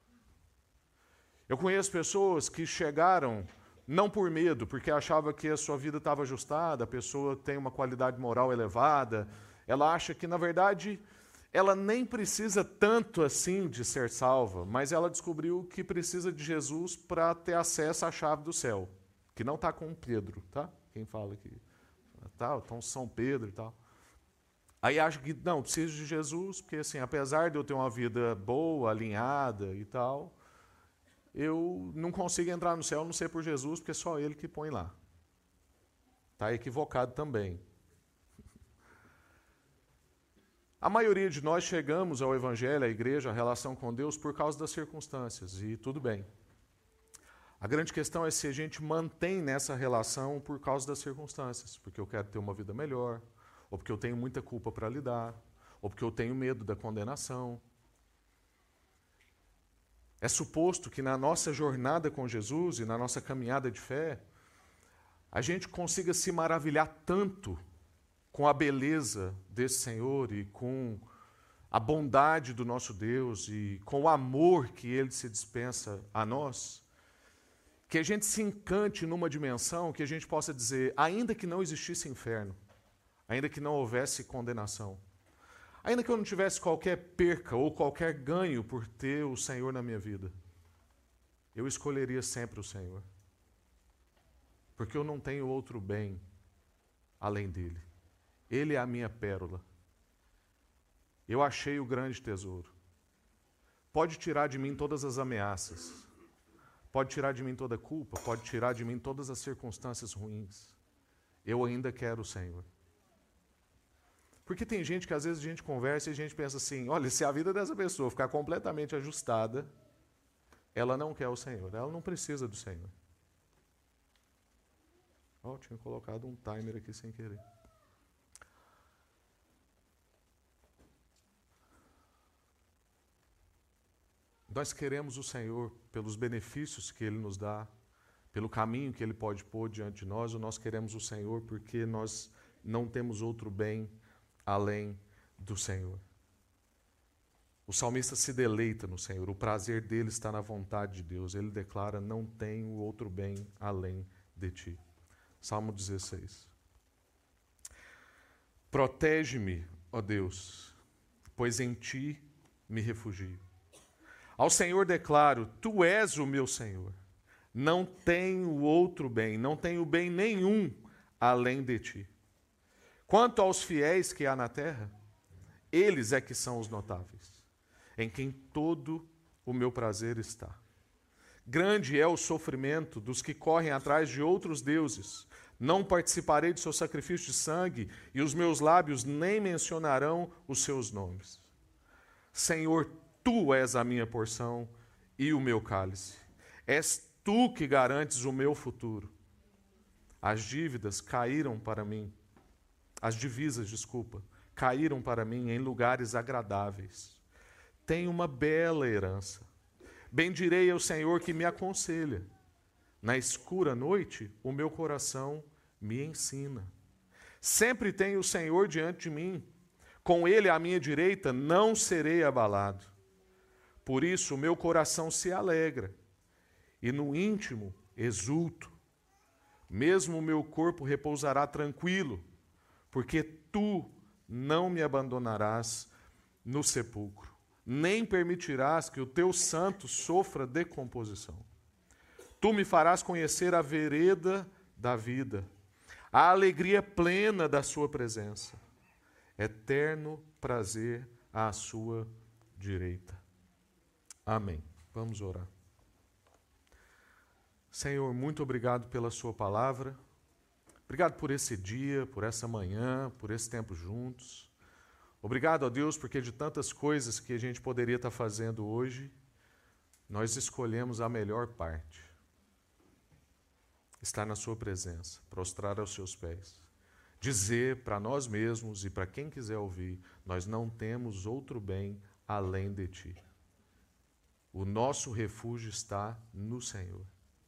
Eu conheço pessoas que chegaram não por medo, porque achava que a sua vida estava ajustada, a pessoa tem uma qualidade moral elevada, ela acha que, na verdade, ela nem precisa tanto assim de ser salva, mas ela descobriu que precisa de Jesus para ter acesso à chave do céu, que não está com Pedro, tá? Quem fala aqui? Tá, então São Pedro e tal. Aí acha que, não, preciso de Jesus, porque assim, apesar de eu ter uma vida boa, alinhada e tal, eu não consigo entrar no céu a não ser por Jesus, porque é só Ele que põe lá. Está equivocado também. A maioria de nós chegamos ao Evangelho, à igreja, à relação com Deus, por causa das circunstâncias, e tudo bem. A grande questão é se a gente mantém nessa relação por causa das circunstâncias, porque eu quero ter uma vida melhor, ou porque eu tenho muita culpa para lidar, ou porque eu tenho medo da condenação. É suposto que na nossa jornada com Jesus e na nossa caminhada de fé, a gente consiga se maravilhar tanto com a beleza desse Senhor e com a bondade do nosso Deus e com o amor que Ele se dispensa a nós, que a gente se encante numa dimensão que a gente possa dizer, ainda que não existisse inferno, ainda que não houvesse condenação, ainda que eu não tivesse qualquer perca ou qualquer ganho por ter o Senhor na minha vida, eu escolheria sempre o Senhor. Porque eu não tenho outro bem além dele. Ele é a minha pérola. Eu achei o grande tesouro. Pode tirar de mim todas as ameaças. Pode tirar de mim toda a culpa. Pode tirar de mim todas as circunstâncias ruins. Eu ainda quero o Senhor. Porque tem gente que às vezes a gente conversa e a gente pensa assim, olha, se a vida dessa pessoa ficar completamente ajustada, ela não quer o Senhor, ela não precisa do Senhor. Ó, oh, tinha colocado um timer aqui sem querer. Nós queremos o Senhor pelos benefícios que Ele nos dá, pelo caminho que Ele pode pôr diante de nós, ou nós queremos o Senhor porque nós não temos outro bem além do Senhor. O salmista se deleita no Senhor, o prazer dele está na vontade de Deus. Ele declara, não tenho outro bem além de ti. Salmo dezesseis. Protege-me, ó Deus, pois em ti me refugio. Ao Senhor declaro, tu és o meu Senhor. Não tenho outro bem, não tenho bem nenhum além de ti. Quanto aos fiéis que há na terra, eles é que são os notáveis, em quem todo o meu prazer está. Grande é o sofrimento dos que correm atrás de outros deuses. Não participarei de seu sacrifício de sangue, e os meus lábios nem mencionarão os seus nomes. Senhor, tu és a minha porção e o meu cálice. És tu que garantes o meu futuro. As dívidas caíram para mim. As divisas, desculpa, caíram para mim em lugares agradáveis. Tenho uma bela herança. Bendirei ao Senhor que me aconselha. Na escura noite, o meu coração me ensina. Sempre tenho o Senhor diante de mim. Com Ele à minha direita, não serei abalado. Por isso, o meu coração se alegra. E no íntimo, exulto. Mesmo o meu corpo repousará tranquilo, porque tu não me abandonarás no sepulcro, nem permitirás que o teu santo sofra decomposição. Tu me farás conhecer a vereda da vida, a alegria plena da sua presença, eterno prazer à sua direita. Amém. Vamos orar. Senhor, muito obrigado pela sua palavra. Obrigado por esse dia, por essa manhã, por esse tempo juntos. Obrigado a Deus, porque de tantas coisas que a gente poderia estar fazendo hoje, nós escolhemos a melhor parte. Estar na sua presença, prostrar aos seus pés. Dizer para nós mesmos e para quem quiser ouvir, nós não temos outro bem além de ti. O nosso refúgio está no Senhor.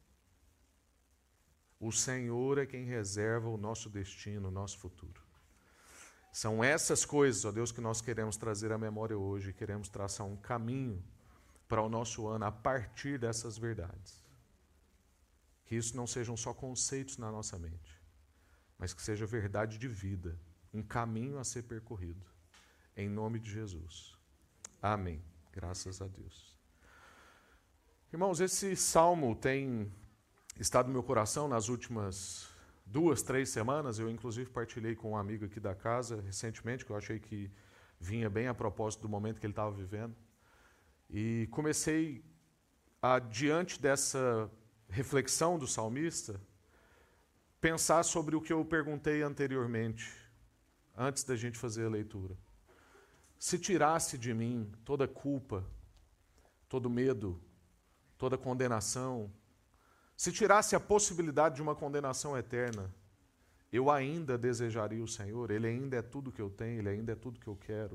O Senhor é quem reserva o nosso destino, o nosso futuro. São essas coisas, ó Deus, que nós queremos trazer à memória hoje, queremos traçar um caminho para o nosso ano a partir dessas verdades. Que isso não sejam só conceitos na nossa mente, mas que seja verdade de vida, um caminho a ser percorrido. Em nome de Jesus. Amém. Graças a Deus. Irmãos, esse salmo tem estado no meu coração nas últimas duas, três semanas. Eu, inclusive, partilhei com um amigo aqui da casa recentemente, que eu achei que vinha bem a propósito do momento que ele estava vivendo. E comecei, a, diante dessa reflexão do salmista, pensar sobre o que eu perguntei anteriormente, antes da gente fazer a leitura. Se tirasse de mim toda culpa, todo medo, toda condenação, se tirasse a possibilidade de uma condenação eterna, eu ainda desejaria o Senhor, Ele ainda é tudo que eu tenho, Ele ainda é tudo que eu quero.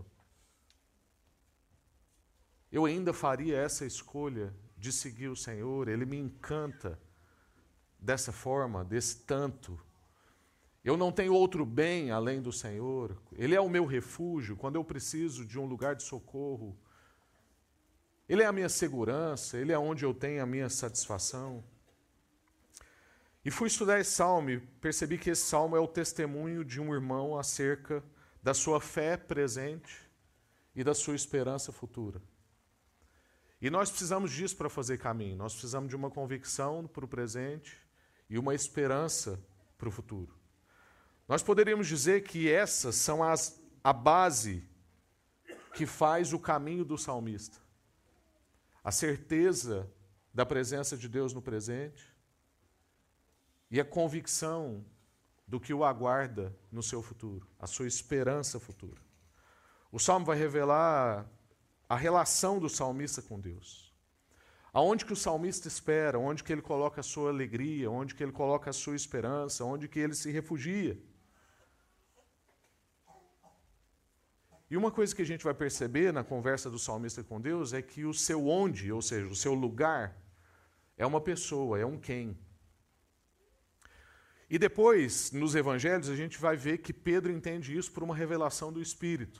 Eu ainda faria essa escolha de seguir o Senhor, Ele me encanta dessa forma, desse tanto. Eu não tenho outro bem além do Senhor, Ele é o meu refúgio quando eu preciso de um lugar de socorro. Ele é a minha segurança, Ele é onde eu tenho a minha satisfação. E fui estudar esse salmo e percebi que esse salmo é o testemunho de um irmão acerca da sua fé presente e da sua esperança futura. E nós precisamos disso para fazer caminho. Nós precisamos de uma convicção para o presente e uma esperança para o futuro. Nós poderíamos dizer que essas são as, a base que faz o caminho do salmista. A certeza da presença de Deus no presente e a convicção do que o aguarda no seu futuro, a sua esperança futura. O Salmo vai revelar a relação do salmista com Deus. Aonde que o salmista espera, onde que ele coloca a sua alegria, onde que ele coloca a sua esperança, onde que ele se refugia. E uma coisa que a gente vai perceber na conversa do salmista com Deus é que o seu onde, ou seja, o seu lugar, é uma pessoa, é um quem. E depois, nos evangelhos, a gente vai ver que Pedro entende isso por uma revelação do Espírito.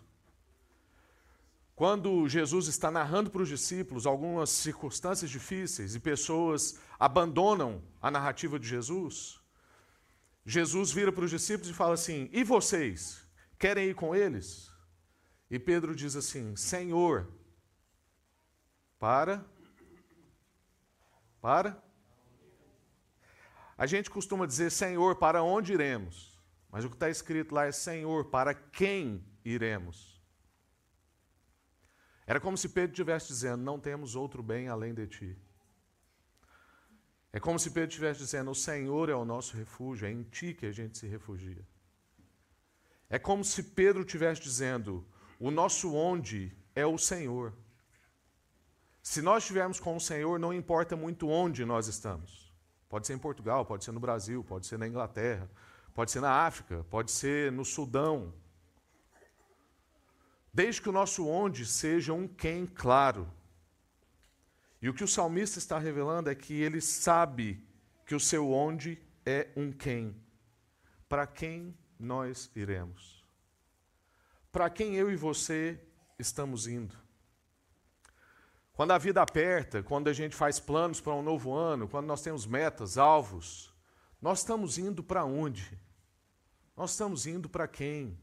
Quando Jesus está narrando para os discípulos algumas circunstâncias difíceis e pessoas abandonam a narrativa de Jesus, Jesus vira para os discípulos e fala assim: e vocês, querem ir com eles? E Pedro diz assim: Senhor, para, para... A gente costuma dizer, Senhor, para onde iremos? Mas o que está escrito lá é, Senhor, para quem iremos? Era como se Pedro estivesse dizendo, não temos outro bem além de ti. É como se Pedro estivesse dizendo, o Senhor é o nosso refúgio, é em ti que a gente se refugia. É como se Pedro estivesse dizendo, o nosso onde é o Senhor. Se nós estivermos com o Senhor, não importa muito onde nós estamos. Pode ser em Portugal, pode ser no Brasil, pode ser na Inglaterra, pode ser na África, pode ser no Sudão. Desde que o nosso onde seja um quem claro. E o que o salmista está revelando é que ele sabe que o seu onde é um quem. Para quem nós iremos? Para quem eu e você estamos indo? Quando a vida aperta, quando a gente faz planos para um novo ano, quando nós temos metas, alvos, Nós estamos indo para onde? Nós estamos indo para quem?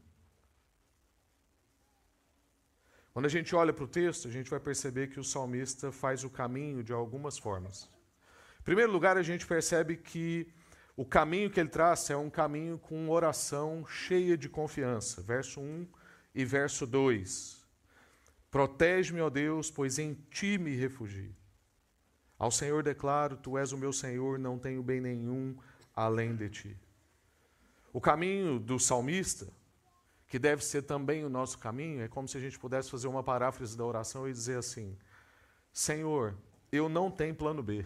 Quando a gente olha para o texto, a gente vai perceber que o salmista faz o caminho de algumas formas. Em primeiro lugar, a gente percebe que o caminho que ele traça é um caminho com oração cheia de confiança. Verso um e verso dois. Protege-me, ó Deus, pois em ti me refugio. Ao Senhor declaro, tu és o meu Senhor, não tenho bem nenhum além de ti. O caminho do salmista, que deve ser também o nosso caminho, é como se a gente pudesse fazer uma paráfrase da oração e dizer assim: Senhor, eu não tenho plano B.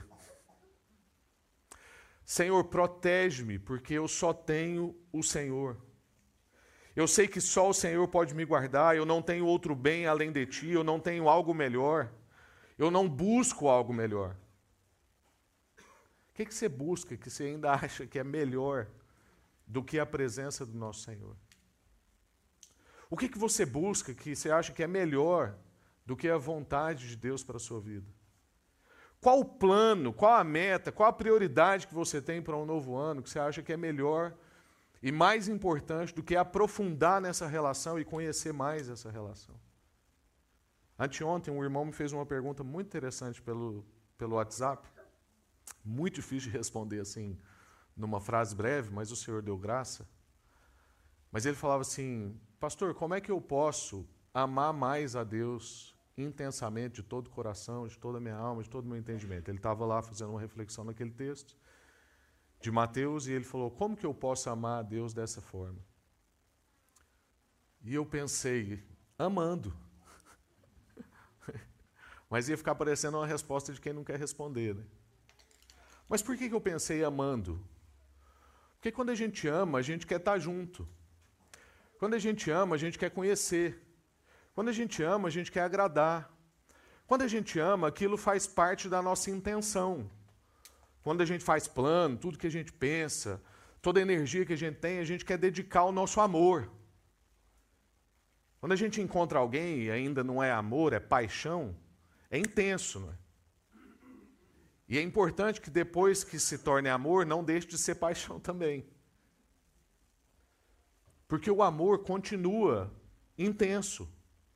Senhor, protege-me, porque eu só tenho o Senhor. Eu sei que só o Senhor pode me guardar, eu não tenho outro bem além de ti, eu não tenho algo melhor, eu não busco algo melhor. O que, que você busca que você ainda acha que é melhor do que a presença do nosso Senhor? O que, que você busca que você acha que é melhor do que a vontade de Deus para a sua vida? Qual o plano, qual a meta, qual a prioridade que você tem para um novo ano que você acha que é melhor e mais importante do que aprofundar nessa relação e conhecer mais essa relação? Anteontem, um irmão me fez uma pergunta muito interessante pelo, pelo WhatsApp. Muito difícil de responder assim, numa frase breve, mas o Senhor deu graça. Mas ele falava assim: pastor, como é que eu posso amar mais a Deus intensamente, de todo o coração, de toda a minha alma, de todo o meu entendimento? Ele estava lá fazendo uma reflexão naquele texto de Mateus e ele falou: como que eu posso amar a Deus dessa forma? E eu pensei: amando. Mas ia ficar parecendo uma resposta de quem não quer responder, né? Mas por que que eu pensei amando? Porque quando a gente ama, a gente quer estar junto. Quando a gente ama, a gente quer conhecer. Quando a gente ama, a gente quer agradar. Quando a gente ama, aquilo faz parte da nossa intenção. Quando a gente faz plano, tudo que a gente pensa, toda a energia que a gente tem, a gente quer dedicar o nosso amor. Quando a gente encontra alguém e ainda não é amor, é paixão, é intenso, não é? E é importante que depois que se torne amor, não deixe de ser paixão também. Porque o amor continua intenso.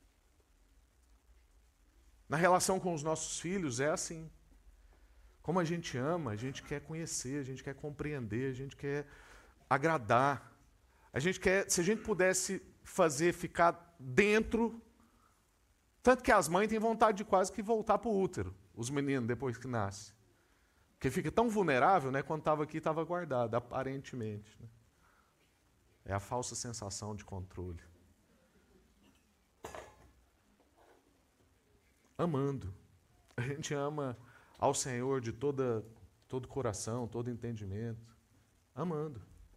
Na relação com os nossos filhos é assim. Como a gente ama, a gente quer conhecer, a gente quer compreender, a gente quer agradar. A gente quer, se a gente pudesse fazer ficar dentro, tanto que as mães têm vontade de quase que voltar para o útero, os meninos depois que nascem. Porque fica tão vulnerável, né? Quando estava aqui, estava guardado, aparentemente. Né? É a falsa sensação de controle. Amando. A gente ama ao Senhor de toda, todo coração, todo entendimento. Amando.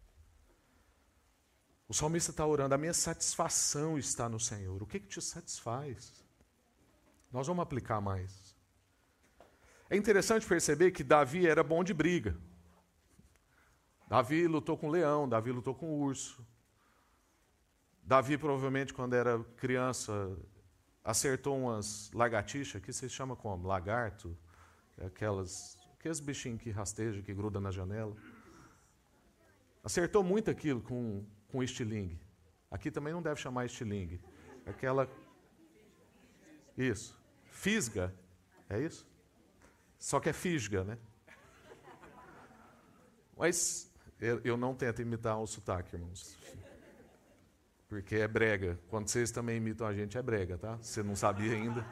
O salmista está orando: a minha satisfação está no Senhor. O que, que te satisfaz? Nós vamos aplicar mais. É interessante perceber que Davi era bom de briga. Davi lutou com o leão, Davi lutou com o urso. Davi, provavelmente, quando era criança, acertou umas lagartixas, que se chama como? Lagarto, aquelas, aqueles bichinhos que rastejam, que grudam na janela. Acertou muito aquilo com, com estilingue. Aqui também não deve chamar estilingue. Aquela... Isso. Fisga. É isso? Só que é fisga, né? Mas eu, eu não tento imitar o sotaque, irmãos. Porque é brega. Quando vocês também imitam a gente, é brega, tá? Você não sabia ainda.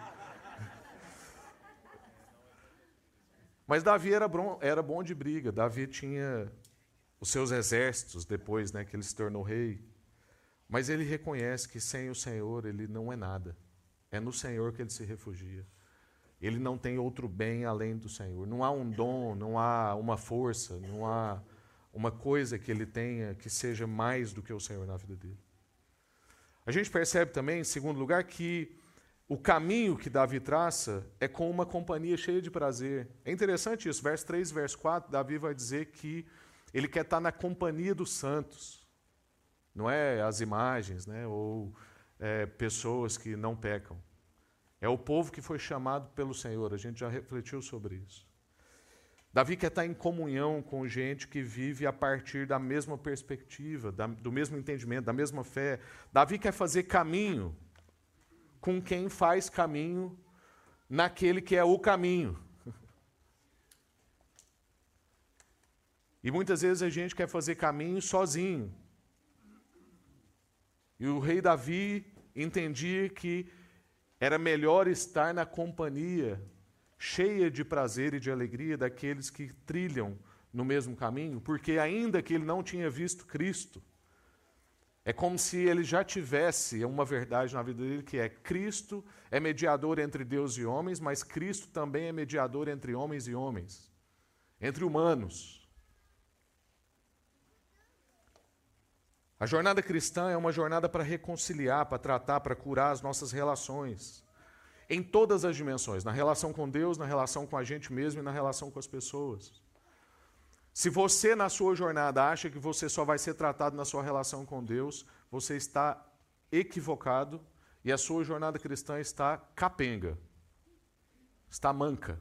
Mas Davi era bom, era bom de briga. Davi tinha os seus exércitos depois, né, que ele se tornou rei. Mas ele reconhece que sem o Senhor ele não é nada. É no Senhor que ele se refugia. Ele não tem outro bem além do Senhor. Não há um dom, não há uma força, não há uma coisa que ele tenha que seja mais do que o Senhor na vida dele. A gente percebe também, em segundo lugar, que o caminho que Davi traça é com uma companhia cheia de prazer. É interessante isso. Verso três e verso quatro, Davi vai dizer que ele quer estar na companhia dos santos. Não é as imagens, né, ou é, pessoas que não pecam. É o povo que foi chamado pelo Senhor, a gente já refletiu sobre isso. Davi quer estar em comunhão com gente que vive a partir da mesma perspectiva, da, do mesmo entendimento, da mesma fé. Davi quer fazer caminho com quem faz caminho naquele que é o caminho. E muitas vezes a gente quer fazer caminho sozinho. E o rei Davi entendia que era melhor estar na companhia cheia de prazer e de alegria daqueles que trilham no mesmo caminho, porque ainda que ele não tinha visto Cristo, é como se ele já tivesse uma verdade na vida dele, que é Cristo é mediador entre Deus e homens, mas Cristo também é mediador entre homens e homens, entre humanos. A jornada cristã é uma jornada para reconciliar, para tratar, para curar as nossas relações. Em todas as dimensões, na relação com Deus, na relação com a gente mesmo e na relação com as pessoas. Se você, na sua jornada, acha que você só vai ser tratado na sua relação com Deus, você está equivocado e a sua jornada cristã está capenga, está manca.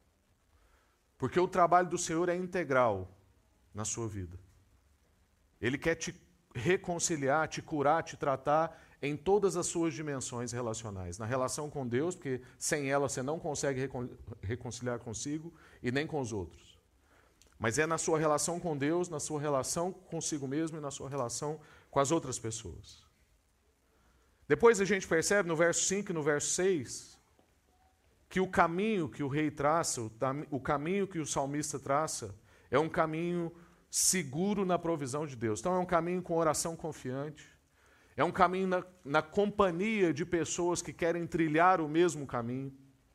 Porque o trabalho do Senhor é integral na sua vida. Ele quer te reconciliar, te curar, te tratar em todas as suas dimensões relacionais. Na relação com Deus, porque sem ela você não consegue recon- reconciliar consigo e nem com os outros. Mas é na sua relação com Deus, na sua relação consigo mesmo e na sua relação com as outras pessoas. Depois a gente percebe no verso cinco e no verso seis que o caminho que o rei traça, o, tam- o caminho que o salmista traça, é um caminho seguro na provisão de Deus. Então é um caminho com oração confiante, é um caminho na, na companhia de pessoas que querem trilhar o mesmo caminho.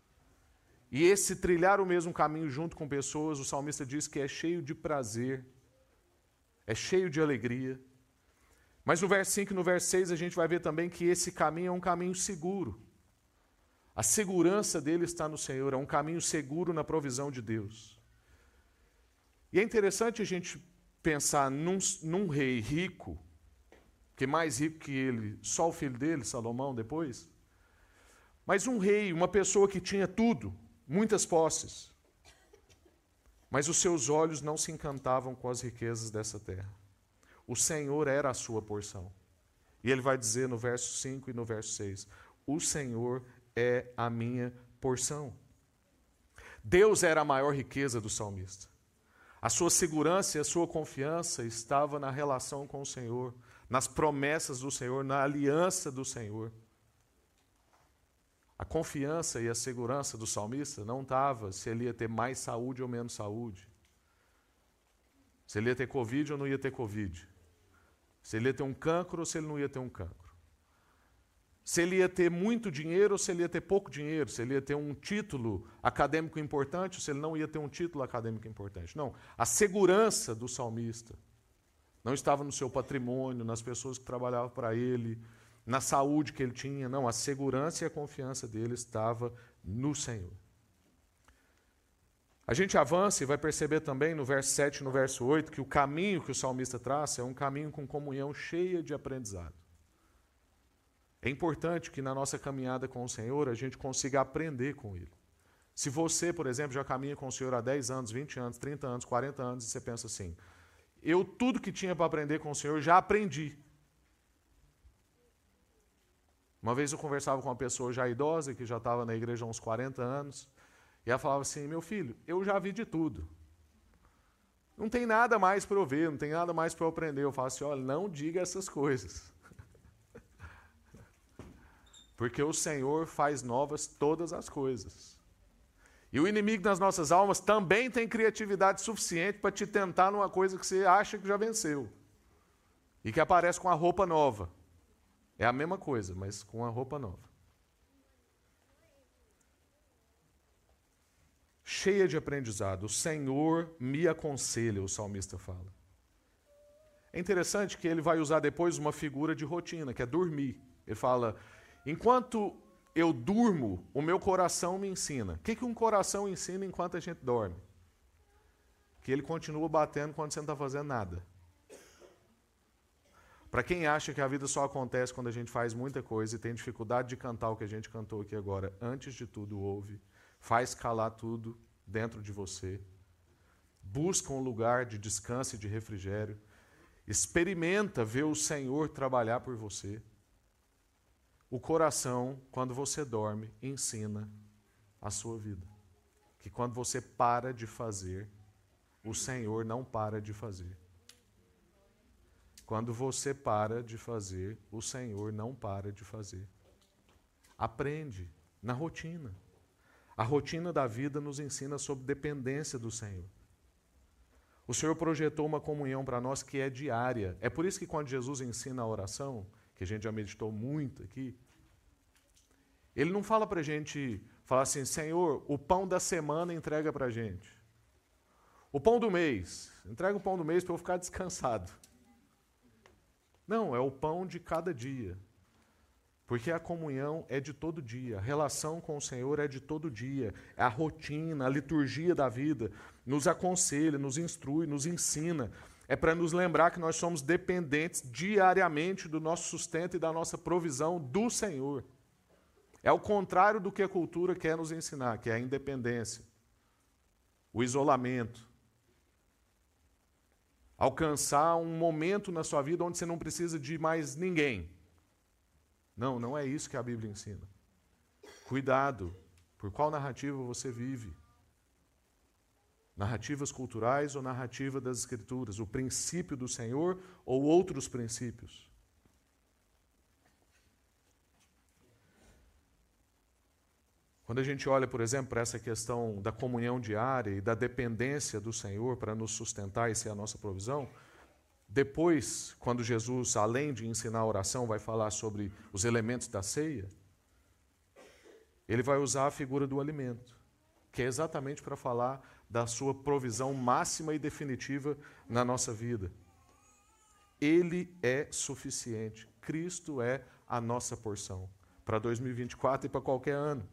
E esse trilhar o mesmo caminho junto com pessoas, o salmista diz que é cheio de prazer, é cheio de alegria. Mas no verso cinco e no verso seis a gente vai ver também que esse caminho é um caminho seguro. A segurança dele está no Senhor, é um caminho seguro na provisão de Deus. E é interessante a gente pensar num, num rei rico, que é mais rico que ele, só o filho dele, Salomão, depois. Mas um rei, uma pessoa que tinha tudo, muitas posses. Mas os seus olhos não se encantavam com as riquezas dessa terra. O Senhor era a sua porção. E ele vai dizer no verso cinco e no verso seis, o Senhor é a minha porção. Deus era a maior riqueza do salmista. A sua segurança e a sua confiança estava na relação com o Senhor, nas promessas do Senhor, na aliança do Senhor. A confiança e a segurança do salmista não estava se ele ia ter mais saúde ou menos saúde. Se ele ia ter Covid ou não ia ter Covid. Se ele ia ter um cancro ou se ele não ia ter um cancro. Se ele ia ter muito dinheiro ou se ele ia ter pouco dinheiro. Se ele ia ter um título acadêmico importante ou se ele não ia ter um título acadêmico importante. Não, a segurança do salmista não estava no seu patrimônio, nas pessoas que trabalhavam para ele, na saúde que ele tinha. Não, a segurança e a confiança dele estava no Senhor. A gente avança e vai perceber também no verso sete e no verso oito que o caminho que o salmista traça é um caminho com comunhão cheia de aprendizado. É importante que na nossa caminhada com o Senhor a gente consiga aprender com Ele. Se você, por exemplo, já caminha com o Senhor há dez anos, vinte anos, trinta anos, quarenta anos, e você pensa assim, eu tudo que tinha para aprender com o Senhor já aprendi. Uma vez eu conversava com uma pessoa já idosa, que já estava na igreja há uns quarenta anos, e ela falava assim, meu filho, eu já vi de tudo. Não tem nada mais para eu ver, não tem nada mais para eu aprender. Eu falo assim, olha, não diga essas coisas. Porque o Senhor faz novas todas as coisas. E o inimigo das nossas almas também tem criatividade suficiente para te tentar numa coisa que você acha que já venceu. E que aparece com a roupa nova. É a mesma coisa, mas com a roupa nova. Cheia de aprendizado. O Senhor me aconselha, o salmista fala. É interessante que ele vai usar depois uma figura de rotina, que é dormir. Ele fala, enquanto eu durmo, o meu coração me ensina. O que, que um coração ensina enquanto a gente dorme? Que ele continua batendo quando você não está fazendo nada. Para quem acha que a vida só acontece quando a gente faz muita coisa e tem dificuldade de cantar o que a gente cantou aqui agora, antes de tudo ouve, faz calar tudo dentro de você. busca um lugar de descanso e de refrigério. Experimenta ver o Senhor trabalhar por você. O coração, quando você dorme, ensina a sua vida. Que quando você para de fazer, o Senhor não para de fazer. Quando você para de fazer, o Senhor não para de fazer. Aprende na rotina. A rotina da vida nos ensina sobre dependência do Senhor. O Senhor projetou uma comunhão para nós que é diária. É por isso que quando Jesus ensina a oração, que a gente já meditou muito aqui, Ele não fala para a gente, fala assim, Senhor, o pão da semana entrega para a gente. O pão do mês, entrega o pão do mês para eu ficar descansado. Não, é o pão de cada dia. Porque a comunhão é de todo dia, a relação com o Senhor é de todo dia, é a rotina, a liturgia da vida, nos aconselha, nos instrui, nos ensina. É para nos lembrar que nós somos dependentes diariamente do nosso sustento e da nossa provisão do Senhor. É o contrário do que a cultura quer nos ensinar, que é a independência, o isolamento. Alcançar um momento na sua vida onde você não precisa de mais ninguém. Não, não é isso que a Bíblia ensina. Cuidado, por qual narrativa você vive? Narrativas culturais ou narrativa das Escrituras? O princípio do Senhor ou outros princípios? Quando a gente olha, por exemplo, para essa questão da comunhão diária e da dependência do Senhor para nos sustentar e ser a nossa provisão, depois, quando Jesus, além de ensinar a oração, vai falar sobre os elementos da ceia, ele vai usar a figura do alimento, que é exatamente para falar da sua provisão máxima e definitiva na nossa vida. Ele é suficiente. Cristo é a nossa porção para dois mil e vinte e quatro e para qualquer ano.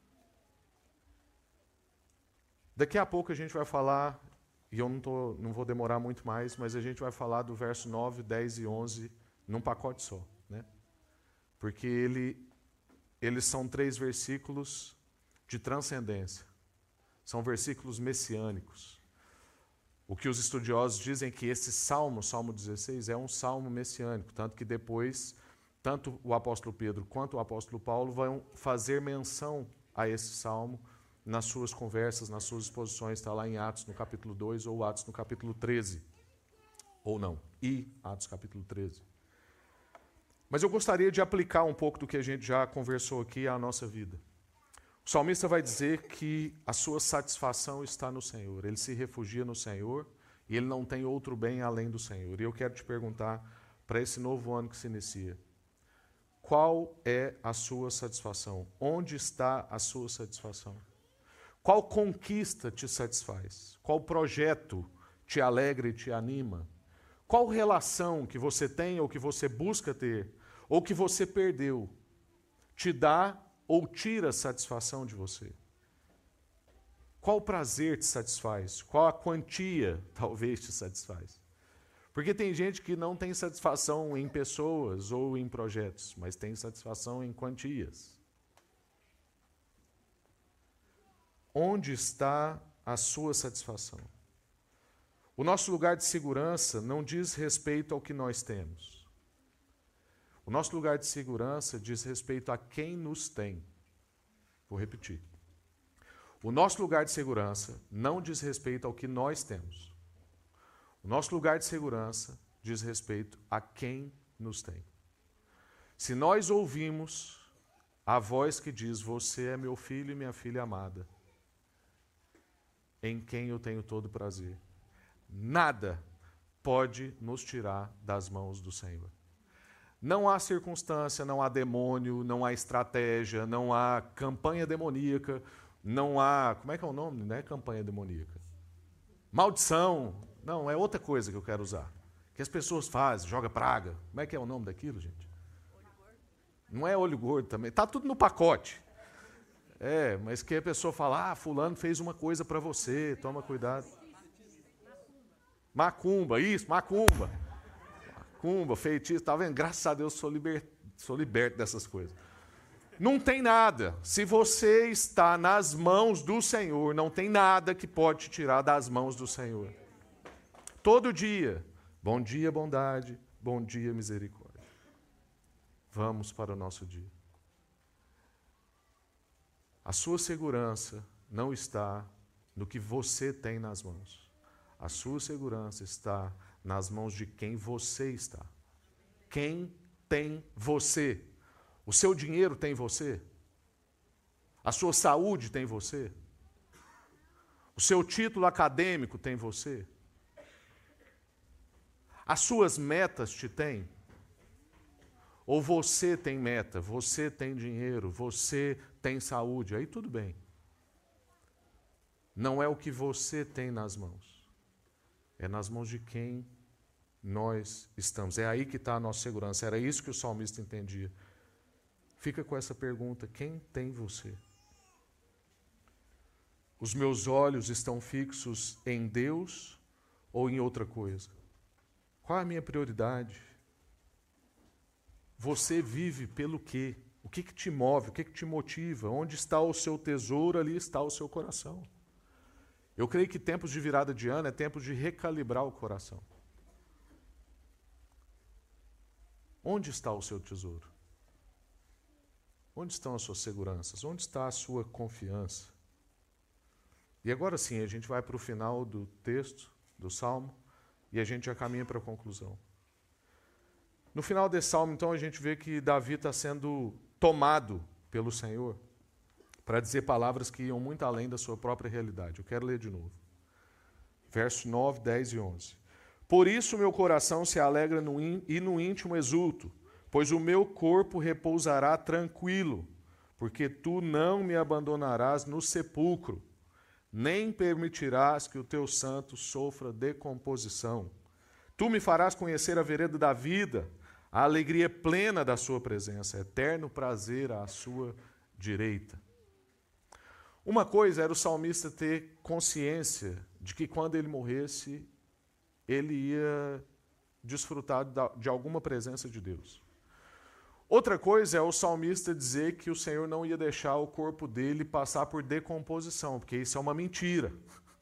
Daqui a pouco a gente vai falar, e eu não, tô, não vou demorar muito mais, mas a gente vai falar do verso nove, dez e onze num pacote só, né? Porque ele, eles são três versículos de transcendência. São versículos messiânicos. O que os estudiosos dizem é que esse salmo, Salmo dezesseis, é um salmo messiânico, tanto que depois, tanto o apóstolo Pedro quanto o apóstolo Paulo vão fazer menção a esse salmo nas suas conversas, nas suas exposições, está lá em Atos no capítulo dois ou Atos no capítulo treze. Ou não, e Atos capítulo treze. Mas eu gostaria de aplicar um pouco do que a gente já conversou aqui à nossa vida. O salmista vai dizer que a sua satisfação está no Senhor. Ele se refugia no Senhor e ele não tem outro bem além do Senhor. E eu quero te perguntar, para esse novo ano que se inicia, qual é a sua satisfação? Onde está a sua satisfação? Qual conquista te satisfaz? Qual projeto te alegra e te anima? Qual relação que você tem ou que você busca ter, ou que você perdeu, te dá ou tira satisfação de você? Qual prazer te satisfaz? Qual a quantia talvez te satisfaz? Porque tem gente que não tem satisfação em pessoas ou em projetos, mas tem satisfação em quantias. Onde está a sua satisfação? O nosso lugar de segurança não diz respeito ao que nós temos. O nosso lugar de segurança diz respeito a quem nos tem. Vou repetir. O nosso lugar de segurança não diz respeito ao que nós temos. O nosso lugar de segurança diz respeito a quem nos tem. Se nós ouvimos a voz que diz, você é meu filho e minha filha amada, em quem eu tenho todo prazer, nada pode nos tirar das mãos do Senhor. Não há circunstância, não há demônio, não há estratégia, não há campanha demoníaca, não há... Como é que é o nome? Não é campanha demoníaca. Maldição. Não, é outra coisa que eu quero usar. Que as pessoas fazem, joga praga. Como é que é o nome daquilo, gente? Olho gordo. Não é olho gordo também. Está tudo no pacote. É, mas que a pessoa fala, ah, fulano fez uma coisa para você, toma cuidado. Macumba, isso, macumba. Macumba, feitiço, tá vendo? Graças a Deus sou, liber... sou liberto dessas coisas. Não tem nada. Se você está nas mãos do Senhor, não tem nada que pode te tirar das mãos do Senhor. Todo dia, bom dia, bondade, bom dia, misericórdia. Vamos para o nosso dia. A sua segurança não está no que você tem nas mãos. A sua segurança está nas mãos de quem você está. Quem tem você? O seu dinheiro tem você? A sua saúde tem você? O seu título acadêmico tem você? As suas metas te têm? Ou você tem meta, você tem dinheiro, você tem saúde, aí tudo bem. Não é o que você tem nas mãos. É nas mãos de quem nós estamos. É aí que está a nossa segurança. Era isso que o salmista entendia. Fica com essa pergunta: quem tem você? Os meus olhos estão fixos em Deus ou em outra coisa? Qual é a minha prioridade? Você vive pelo quê? O que, que te move? O que, que te motiva? Onde está o seu tesouro, ali está o seu coração. Eu creio que tempos de virada de ano é tempo de recalibrar o coração. Onde está o seu tesouro? Onde estão as suas seguranças? Onde está a sua confiança? E agora sim, a gente vai para o final do texto, do Salmo, e a gente já caminha para a conclusão. No final desse Salmo, então, a gente vê que Davi está sendo tomado pelo Senhor para dizer palavras que iam muito além da sua própria realidade. Eu quero ler de novo. Versos nove, dez e onze. Por isso meu coração se alegra no in, e no íntimo exulto, pois o meu corpo repousará tranquilo, porque tu não me abandonarás no sepulcro, nem permitirás que o teu santo sofra decomposição. Tu me farás conhecer a vereda da vida, a alegria plena da sua presença, eterno prazer à sua direita. Uma coisa era o salmista ter consciência de que quando ele morresse, ele ia desfrutar de alguma presença de Deus. Outra coisa é o salmista dizer que o Senhor não ia deixar o corpo dele passar por decomposição, porque isso é uma mentira.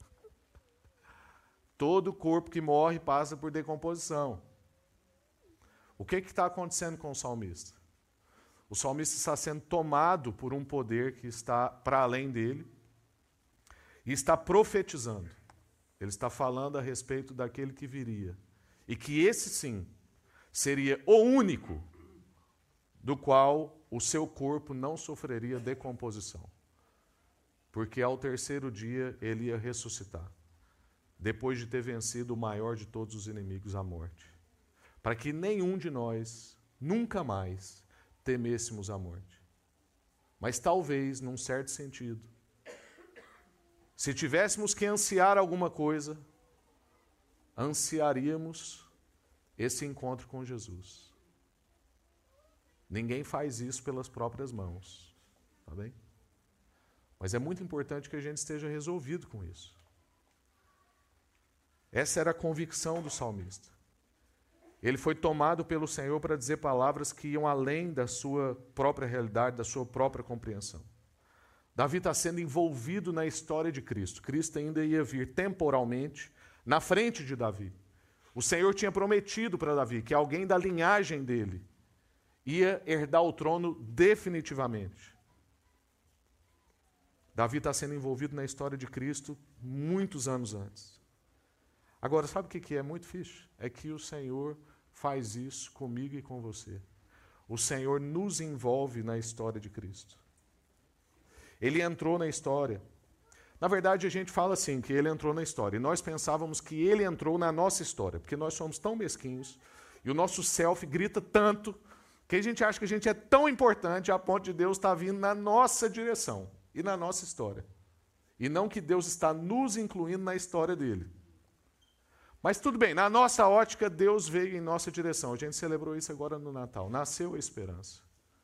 Todo corpo que morre passa por decomposição. O que está acontecendo com o salmista? O salmista está sendo tomado por um poder que está para além dele e está profetizando. Ele está falando a respeito daquele que viria. E que esse sim seria o único do qual o seu corpo não sofreria decomposição. Porque ao terceiro dia ele ia ressuscitar, depois de ter vencido o maior de todos os inimigos, a morte. Para que nenhum de nós nunca mais temêssemos a morte. Mas talvez, num certo sentido, se tivéssemos que ansiar alguma coisa, ansiaríamos esse encontro com Jesus. Ninguém faz isso pelas próprias mãos, tá bem? Mas é muito importante que a gente esteja resolvido com isso. Essa era a convicção do salmista. Ele foi tomado pelo Senhor para dizer palavras que iam além da sua própria realidade, da sua própria compreensão. Davi está sendo envolvido na história de Cristo. Cristo ainda ia vir temporalmente na frente de Davi. O Senhor tinha prometido para Davi que alguém da linhagem dele ia herdar o trono definitivamente. Davi está sendo envolvido na história de Cristo muitos anos antes. Agora, sabe o que é muito fixe? É que o Senhor faz isso comigo e com você. O Senhor nos envolve na história de Cristo. Ele entrou na história. Na verdade, a gente fala assim, que ele entrou na história. E nós pensávamos que ele entrou na nossa história, porque nós somos tão mesquinhos, e o nosso self grita tanto, que a gente acha que a gente é tão importante a ponto de Deus estar vindo na nossa direção e na nossa história. E não que Deus está nos incluindo na história dele. Mas tudo bem, na nossa ótica, Deus veio em nossa direção. A gente celebrou isso agora no Natal. Nasceu a esperança.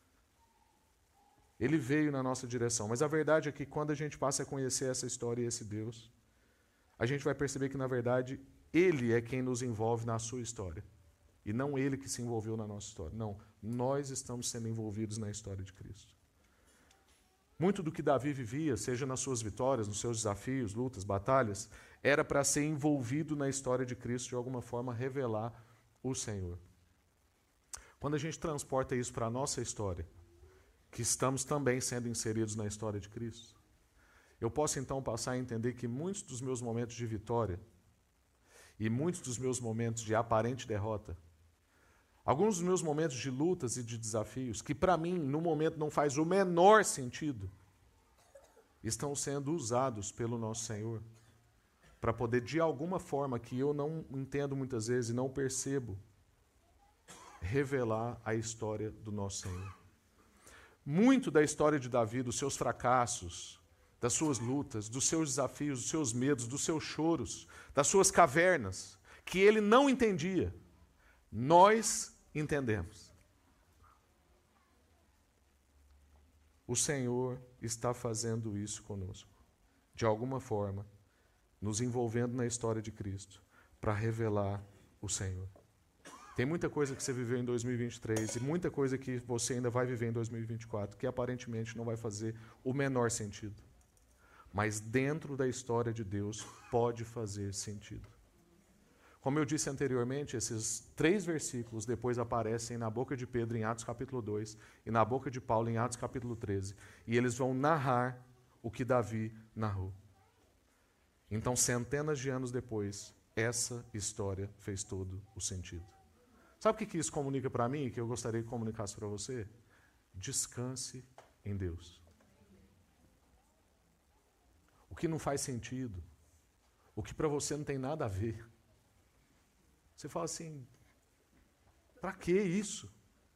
Ele veio na nossa direção. Mas a verdade é que quando a gente passa a conhecer essa história e esse Deus, a gente vai perceber que, na verdade, Ele é quem nos envolve na sua história. E não Ele que se envolveu na nossa história. Não, nós estamos sendo envolvidos na história de Cristo. Muito do que Davi vivia, seja nas suas vitórias, nos seus desafios, lutas, batalhas, era para ser envolvido na história de Cristo, de alguma forma revelar o Senhor. Quando a gente transporta isso para a nossa história, que estamos também sendo inseridos na história de Cristo, eu posso então passar a entender que muitos dos meus momentos de vitória e muitos dos meus momentos de aparente derrota, alguns dos meus momentos de lutas e de desafios, que para mim, no momento, não faz o menor sentido, estão sendo usados pelo nosso Senhor para poder, de alguma forma, que eu não entendo muitas vezes e não percebo, revelar a história do nosso Senhor. Muito da história de Davi, dos seus fracassos, das suas lutas, dos seus desafios, dos seus medos, dos seus choros, das suas cavernas, que ele não entendia, nós entendemos. O Senhor está fazendo isso conosco, de alguma forma, nos envolvendo na história de Cristo, para revelar o Senhor. Tem muita coisa que você viveu em dois mil e vinte e três e muita coisa que você ainda vai viver em dois mil e vinte e quatro que aparentemente não vai fazer o menor sentido. Mas dentro da história de Deus pode fazer sentido. Como eu disse anteriormente, esses três versículos depois aparecem na boca de Pedro em Atos capítulo dois e na boca de Paulo em Atos capítulo treze. E eles vão narrar o que Davi narrou. Então, centenas de anos depois, essa história fez todo o sentido. Sabe o que isso comunica para mim, que eu gostaria que comunicasse para você? Descanse em Deus. O que não faz sentido, o que para você não tem nada a ver, você fala assim, para que isso?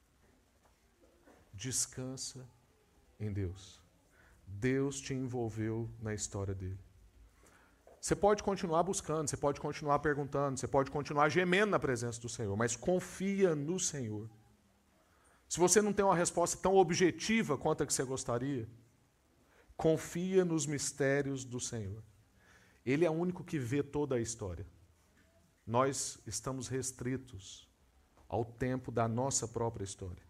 Descansa em Deus. Deus te envolveu na história dele. Você pode continuar buscando, você pode continuar perguntando, você pode continuar gemendo na presença do Senhor, mas confia no Senhor. Se você não tem uma resposta tão objetiva quanto a que você gostaria, confia nos mistérios do Senhor. Ele é o único que vê toda a história. Nós estamos restritos ao tempo da nossa própria história.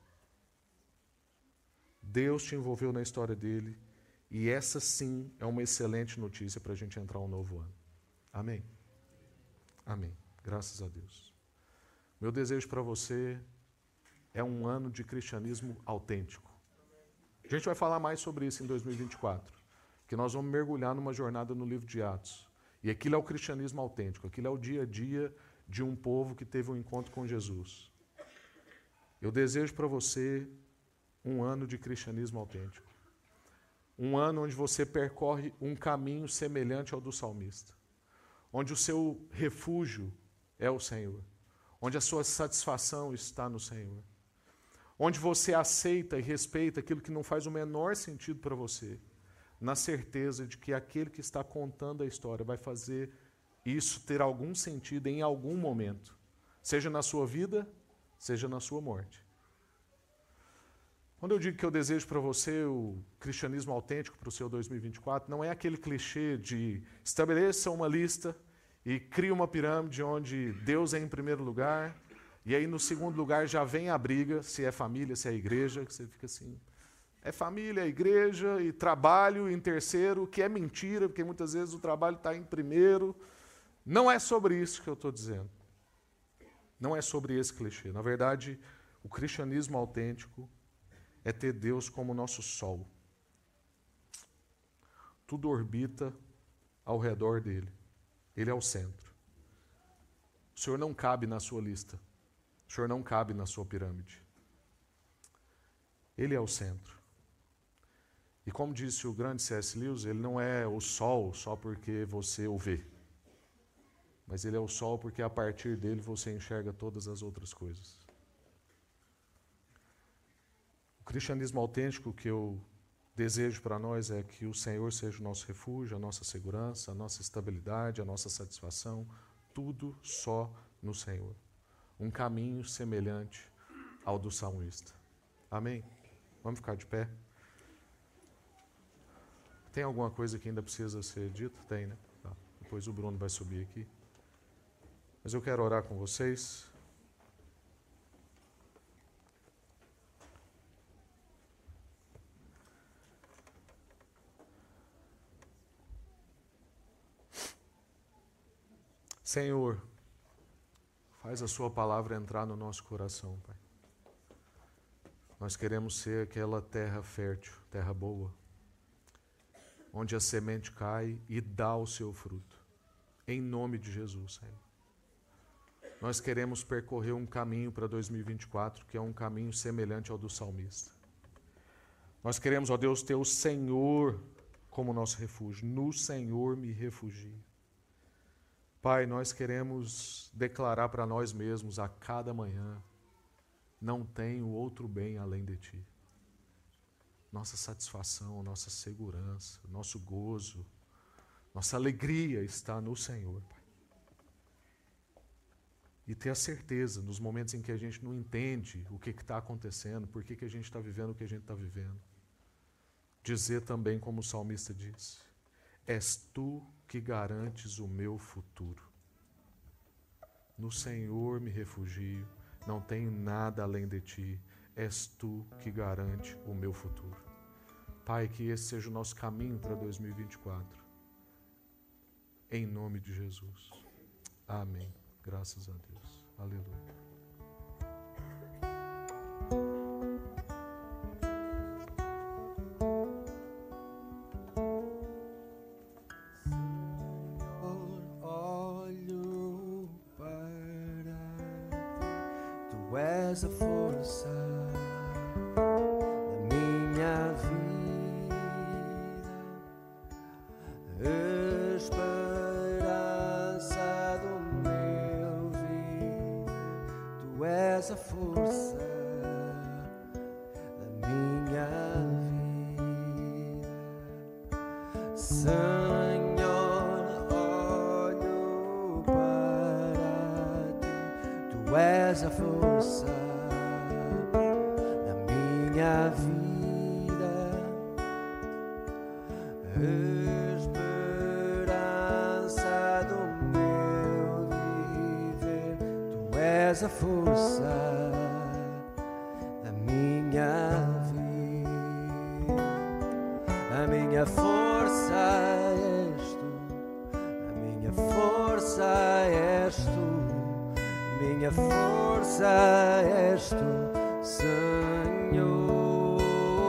Deus te envolveu na história dele, e essa sim é uma excelente notícia para a gente entrar um novo ano. Amém? Amém. Graças a Deus. Meu desejo para você é um ano de cristianismo autêntico. A gente vai falar mais sobre isso em dois mil e vinte e quatro, que nós vamos mergulhar numa jornada no livro de Atos. E aquilo é o cristianismo autêntico, aquilo é o dia a dia de um povo que teve um encontro com Jesus. Eu desejo para você um ano de cristianismo autêntico. Um ano onde você percorre um caminho semelhante ao do salmista. Onde o seu refúgio é o Senhor. Onde a sua satisfação está no Senhor. Onde você aceita e respeita aquilo que não faz o menor sentido para você. Na certeza de que aquele que está contando a história vai fazer isso ter algum sentido em algum momento. Seja na sua vida, seja na sua morte. Quando eu digo que eu desejo para você o cristianismo autêntico para o seu dois mil e vinte e quatro, não é aquele clichê de estabeleça uma lista e crie uma pirâmide onde Deus é em primeiro lugar, e aí no segundo lugar já vem a briga, se é família, se é igreja, que você fica assim, é família, é igreja e trabalho em terceiro, que é mentira, porque muitas vezes o trabalho está em primeiro. Não é sobre isso que eu estou dizendo. Não é sobre esse clichê. Na verdade, o cristianismo autêntico é ter Deus como nosso sol. Tudo orbita ao redor dele. Ele é o centro. O Senhor não cabe na sua lista. O Senhor não cabe na sua pirâmide. Ele é o centro. E como disse o grande C S Lewis, ele não é o sol só porque você o vê. Mas ele é o sol porque a partir dele você enxerga todas as outras coisas. O cristianismo autêntico que eu desejo para nós é que o Senhor seja o nosso refúgio, a nossa segurança, a nossa estabilidade, a nossa satisfação, tudo só no Senhor. Um caminho semelhante ao do salmista. Amém? Vamos ficar de pé? Tem alguma coisa que ainda precisa ser dita? Tem, né? Tá. Depois o Bruno vai subir aqui. Mas eu quero orar com vocês. Senhor, faz a sua palavra entrar no nosso coração, Pai. Nós queremos ser aquela terra fértil, terra boa, onde a semente cai e dá o seu fruto. Em nome de Jesus, Senhor. Nós queremos percorrer um caminho para dois mil e vinte e quatro, que é um caminho semelhante ao do salmista. Nós queremos, ó Deus, ter o Senhor como nosso refúgio. No Senhor me refugio. Pai, nós queremos declarar para nós mesmos a cada manhã: não tenho outro bem além de Ti. Nossa satisfação, nossa segurança, nosso gozo, nossa alegria está no Senhor, Pai. E ter a certeza, nos momentos em que a gente não entende o que está acontecendo, por que, que a gente está vivendo o que a gente está vivendo, dizer também como o salmista disse: és Tu que garantes o meu futuro. No Senhor me refugio, não tenho nada além de Ti, és Tu que garante o meu futuro. Pai, que esse seja o nosso caminho para dois mil e vinte e quatro. Em nome de Jesus. Amém. Graças a Deus. Aleluia. Olho para Ti, Tu és a força da minha vida, esperança do meu vida. Tu és a força da minha vida, Senhor. Olho para Ti, Tu és a força da minha vida, esperança do meu viver. Tu és a força da minha vida, a minha força és Tu, a minha força és Tu, minha força és Tu, Senhor.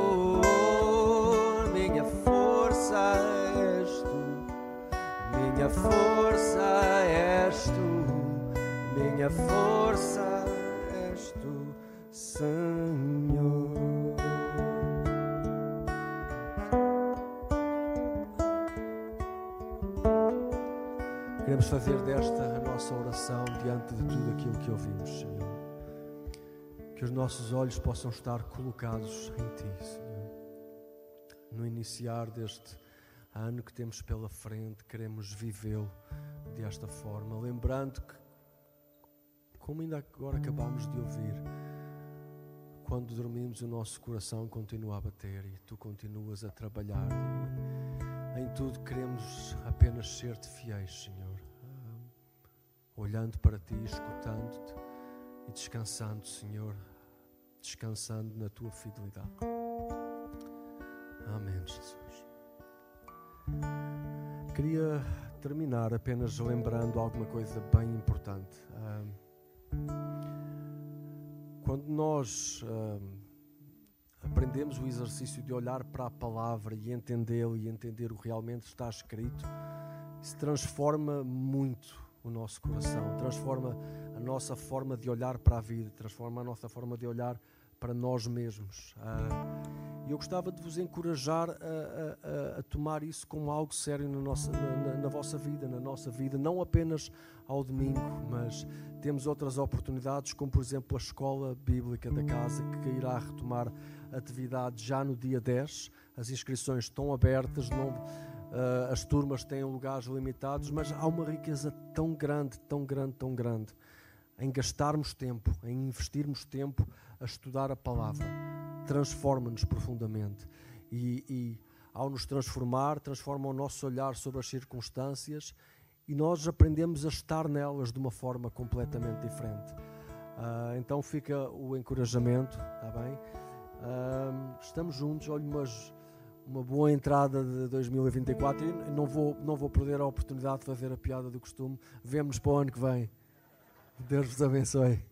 Minha força és Tu, minha força és Tu, minha força és Tu, Senhor. Queremos fazer desta a nossa oração diante de tudo aquilo que ouvimos, Senhor. Que os nossos olhos possam estar colocados em Ti, Senhor. No iniciar deste ano que temos pela frente, queremos vivê-lo desta forma, lembrando que, como ainda agora acabamos de ouvir, quando dormimos o nosso coração continua a bater e Tu continuas a trabalhar. E em tudo queremos apenas ser-Te fiéis, Senhor. Olhando para Ti, escutando-Te e descansando, Senhor, descansando na Tua fidelidade. Amém, Jesus. Queria terminar apenas lembrando alguma coisa bem importante. Quando nós aprendemos o exercício de olhar para a palavra e entendê-lo e entender o que realmente está escrito, isso transforma muito o nosso coração, transforma a nossa forma de olhar para a vida, transforma a nossa forma de olhar para nós mesmos. E eu gostava de vos encorajar a, a, a tomar isso como algo sério na, nossa, na, na vossa vida, na nossa vida, não apenas ao domingo, mas temos outras oportunidades, como por exemplo a Escola Bíblica da Casa, que irá retomar atividade já no dia dez. As inscrições estão abertas, não... Uh, as turmas têm lugares limitados, mas há uma riqueza tão grande, tão grande, tão grande em gastarmos tempo, em investirmos tempo a estudar a palavra. Transforma-nos profundamente e, e ao nos transformar, transforma o nosso olhar sobre as circunstâncias e nós aprendemos a estar nelas de uma forma completamente diferente. Uh, então fica o encorajamento, está bem? Uh, estamos juntos, olha, mas uma boa entrada de dois mil e vinte e quatro e não vou, não vou perder a oportunidade de fazer a piada do costume. Vemo-nos para o ano que vem. Deus vos abençoe.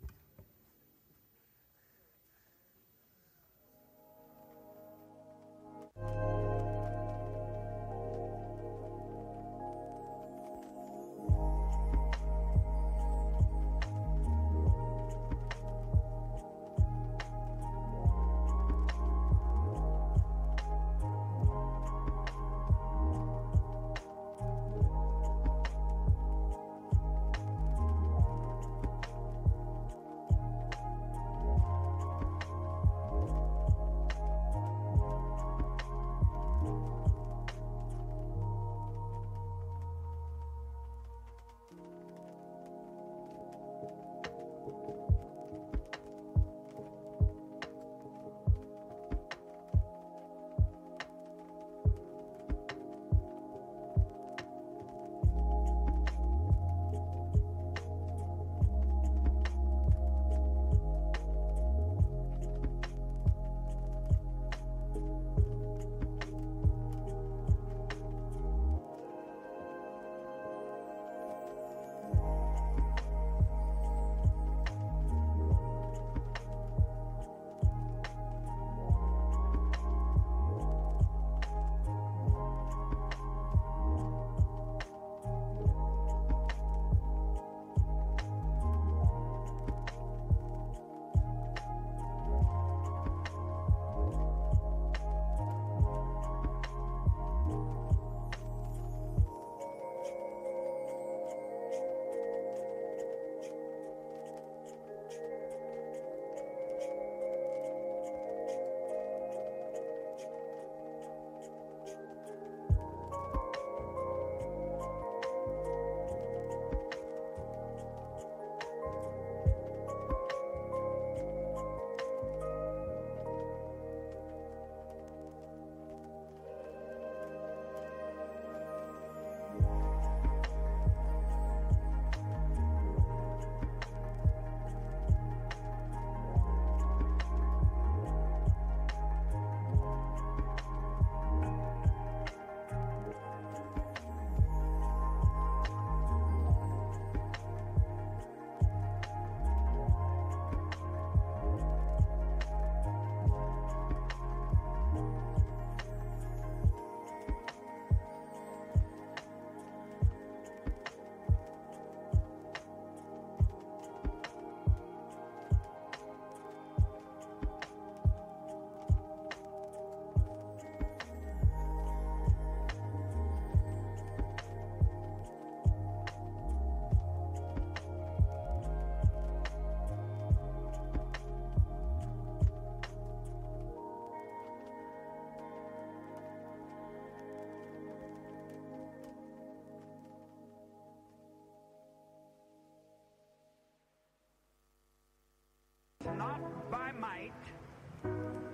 Not by might,